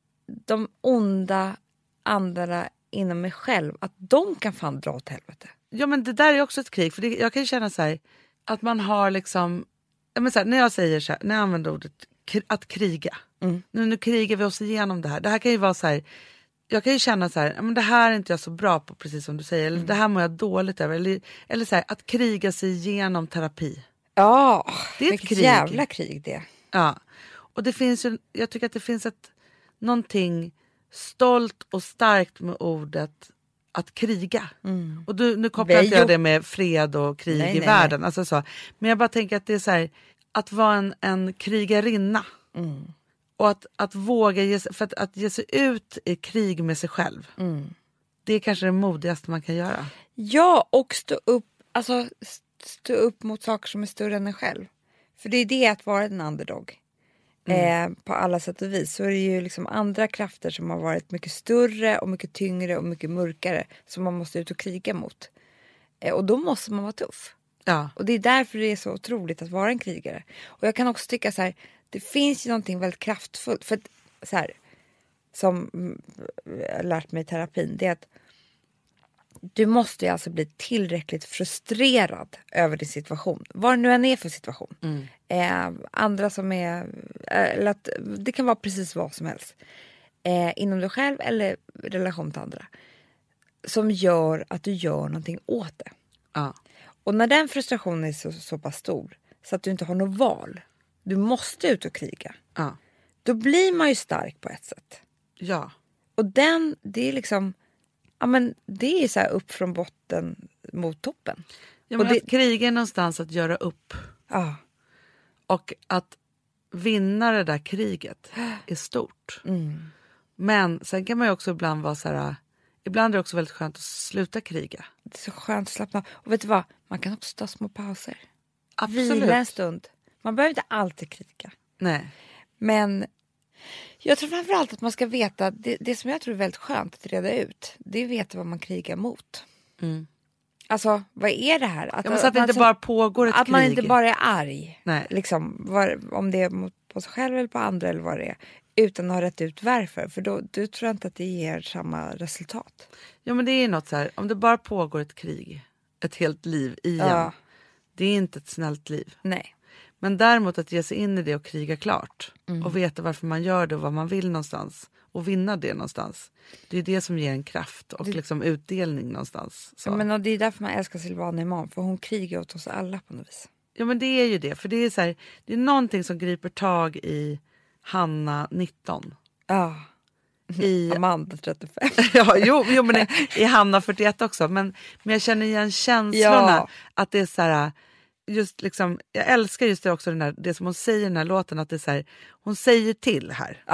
Speaker 2: de onda andarna inom mig själv att de kan fan dra åt helvete.
Speaker 1: Ja, men det där är också ett krig. För det, jag kan ju känna så här, att man har liksom, ja, men så här, när jag säger så här, när jag använder ordet att kriga. Mm. Nu, nu krigar vi oss igenom det här. Det här kan ju vara så här, jag kan ju känna så här, ja, men det här är inte jag så bra på, precis som du säger. Eller mm. det här mår jag dåligt över. Eller, eller så här, att kriga sig igenom terapi.
Speaker 2: Ja,
Speaker 1: det är ett
Speaker 2: vilket
Speaker 1: krig.
Speaker 2: jävla krig det.
Speaker 1: Ja, och det finns ju, jag tycker att det finns ett, någonting stolt och starkt med ordet att kriga. Mm. Och du, nu kopplar inte jag det med fred och krig nej, i nej, världen. Nej. Alltså så. Men jag bara tänker att det är så här, att vara en, en krigarinna. Mm. Och att, att våga ge sig, för att, att ge sig ut i krig med sig själv. Mm. Det är kanske det modigaste man kan göra.
Speaker 2: Ja, och stå upp, alltså, stå upp mot saker som är större än en själv. För det är det att vara en underdog. Mm. Eh, på alla sätt och vis. Så är det ju liksom andra krafter som har varit mycket större och mycket tyngre och mycket mörkare. Som man måste ut och kriga mot. Eh, och då måste man vara tuff.
Speaker 1: Ja. Och
Speaker 2: det är därför det är så otroligt att vara en krigare. Och jag kan också tycka så här, det finns ju någonting väldigt kraftfullt. För att, så här, som jag har lärt mig i terapin, det är att du måste ju alltså bli tillräckligt frustrerad över din situation. Vad det nu än är för situation. Mm. Eh, andra som är, eller att det kan vara precis vad som helst. Eh, inom dig själv eller relation till andra. Som gör att du gör någonting åt det.
Speaker 1: Ja.
Speaker 2: Och när den frustrationen är så, så pass stor så att du inte har något val. Du måste ut och kriga.
Speaker 1: Ja.
Speaker 2: Då blir man ju stark på ett sätt.
Speaker 1: Ja.
Speaker 2: Och den, det är liksom, ja men det är så här upp från botten mot toppen.
Speaker 1: Ja, men
Speaker 2: och det,
Speaker 1: att kriga är någonstans att göra upp.
Speaker 2: Ja.
Speaker 1: Och att vinna det där kriget är stort. Mm. Men sen kan man ju också ibland vara så här, ibland är det också väldigt skönt att sluta kriga.
Speaker 2: Det är så skönt att slappna. Och vet du vad? Man kan också ta små pauser.
Speaker 1: Absolut.
Speaker 2: Vila en stund. Man behöver inte alltid kriga.
Speaker 1: Nej.
Speaker 2: Men jag tror framförallt att man ska veta, det, det som jag tror är väldigt skönt att reda ut, det är att veta vad man krigar mot. Mm. Alltså, vad är det här? Att,
Speaker 1: ja, men så att, att det inte bara pågår ett
Speaker 2: att
Speaker 1: krig.
Speaker 2: Att man inte bara är arg.
Speaker 1: Nej.
Speaker 2: Liksom, var, om det är mot, på sig själv eller på andra eller vad det är. Utan att ha rätt ut varför. För då, då tror jag inte att det ger samma resultat.
Speaker 1: Ja, men det är något så här, om det bara pågår ett krig, ett helt liv igen. Ja. Det är inte ett snällt liv.
Speaker 2: Nej.
Speaker 1: Men däremot att ge sig in i det och kriga klart.
Speaker 2: Mm.
Speaker 1: Och veta varför man gör det och vad man vill någonstans. Och vinna det någonstans. Det är det som ger en kraft och det... liksom utdelning någonstans. Så.
Speaker 2: Ja, men och det är därför man älskar Silvana Imam. För hon krigar åt oss alla på något vis.
Speaker 1: Ja, men det är ju det. För det är så här, det är någonting som griper tag i Hanna nitton.
Speaker 2: Ja.
Speaker 1: I
Speaker 2: Amanda trettiofem.
Speaker 1: Ja, jo, jo men i, i Hanna fyrtioett också. Men, men jag känner igen känslorna. Ja. Att det är så här... Just liksom, jag älskar just det också, den där, det som hon säger i den här låten. Att det är så här, hon säger till här.
Speaker 2: Ja.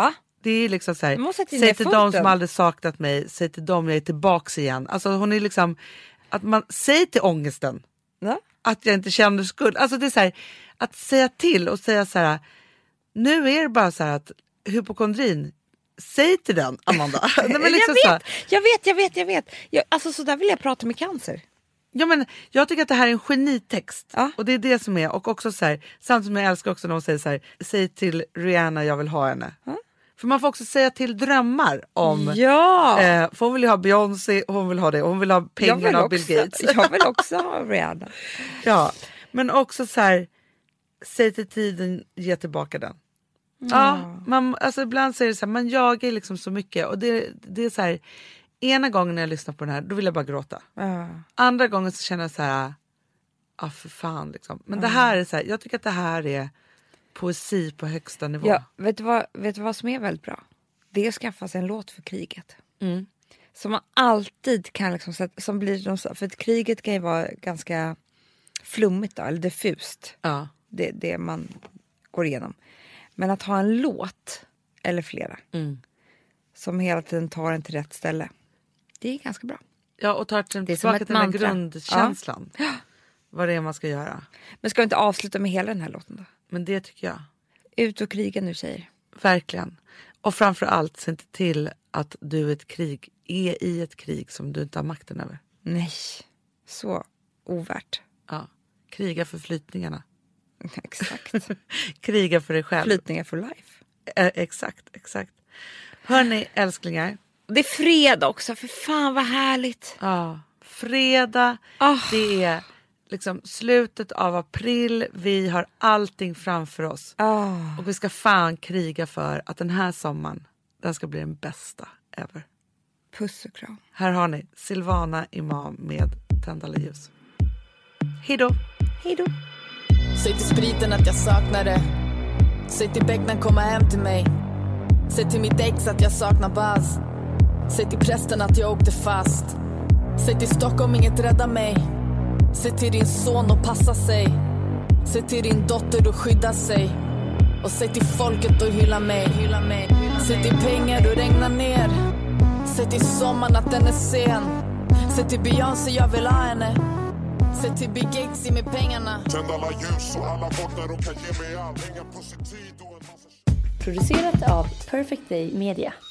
Speaker 1: Det är liksom så här,
Speaker 2: måste
Speaker 1: säg till dem som aldrig saknat mig, säg till dem jag är tillbaks igen. Alltså hon är liksom, att man säger till ångesten
Speaker 2: ja. Att
Speaker 1: jag inte känner skuld. Alltså det är så här, att säga till och säga så här, nu är det bara så här att hypokondrin, säg till den, Amanda. Nej, men liksom
Speaker 2: jag, vet,
Speaker 1: så
Speaker 2: jag vet, jag vet, jag vet. Jag, alltså så där vill jag prata med cancer.
Speaker 1: Ja, men jag tycker att det här är en genitext.
Speaker 2: Ja.
Speaker 1: Och det är det som är. Och också så här, samtidigt som jag älskar också när hon säger så här, säg till Rihanna jag vill ha henne. Ja. För man får också säga till drömmar om,
Speaker 2: ja.
Speaker 1: eh, för hon vill ha Beyoncé, hon vill ha det, hon vill ha pengarna av Bill Gates.
Speaker 2: Jag vill också ha Rihanna.
Speaker 1: Ja, men också så här, säg till tiden, ge tillbaka den. Mm. Ja, man, alltså ibland säger det så här, man jagar liksom så mycket och det, det är så här, ena gången när jag lyssnar på den här, då vill jag bara gråta. Uh. Andra gången så känner jag så här, ja för fan liksom. Men uh. det här är så här, jag tycker att det här är poesi på högsta nivå.
Speaker 2: Ja, vet du vad, vet du vad som är väldigt bra? Det är att skaffa sig en låt för kriget.
Speaker 1: Mm.
Speaker 2: Som man alltid kan liksom, som blir, för att kriget kan ju vara ganska flummigt då, eller diffust.
Speaker 1: Ja.
Speaker 2: Det, det man går igenom. Men att ha en låt, eller flera,
Speaker 1: mm.
Speaker 2: som hela tiden tar en till rätt ställe. Det är ganska bra.
Speaker 1: Ja, och tar till, tillbaka till den här grundkänslan. Ja. Vad det är man ska göra.
Speaker 2: Men ska vi inte avsluta med hela den här låten då?
Speaker 1: Men det tycker jag.
Speaker 2: Ut och kriga nu, tjejer.
Speaker 1: Verkligen. Och framförallt, se inte till att du är ett krig, är i ett krig som du inte har makten över.
Speaker 2: Nej, så ovärt.
Speaker 1: Ja, kriga för flytningarna.
Speaker 2: Exakt.
Speaker 1: Kriga för dig själv.
Speaker 2: Flytningar for life.
Speaker 1: Eh, exakt, exakt. Hörni, älsklingar.
Speaker 2: Det är fredag också, för fan vad härligt.
Speaker 1: Ja, fredag. Oh. Det är liksom slutet av april. Vi har allting framför oss.
Speaker 2: Oh.
Speaker 1: Och vi ska fan kriga för att den här sommaren, den ska bli den bästa ever.
Speaker 2: Puss och kram.
Speaker 1: Här har ni Silvana Imam med Tända ljus. Hej då.
Speaker 2: Hej då.
Speaker 5: Säg till spriten att jag saknar det. Säg till Beckman komma hem till mig. Säg till mitt ex att jag saknar Buzz. Säg till prästen att jag åkte fast. Säg till Stockholm inget rädda mig. Säg till din son och passa sig. Säg till din dotter och skydda sig. Och säg till folket och hylla mig. Hylla mig. Säg till pengar och regna ner. Säg till sommaren att den är sen. Säg till Beyoncé jag vill ha henne. Säg till Bill Gates i med pengarna. Tänd alla ljus så alla vaknar och kan ge mig all. Producerat av Perfect Day Media.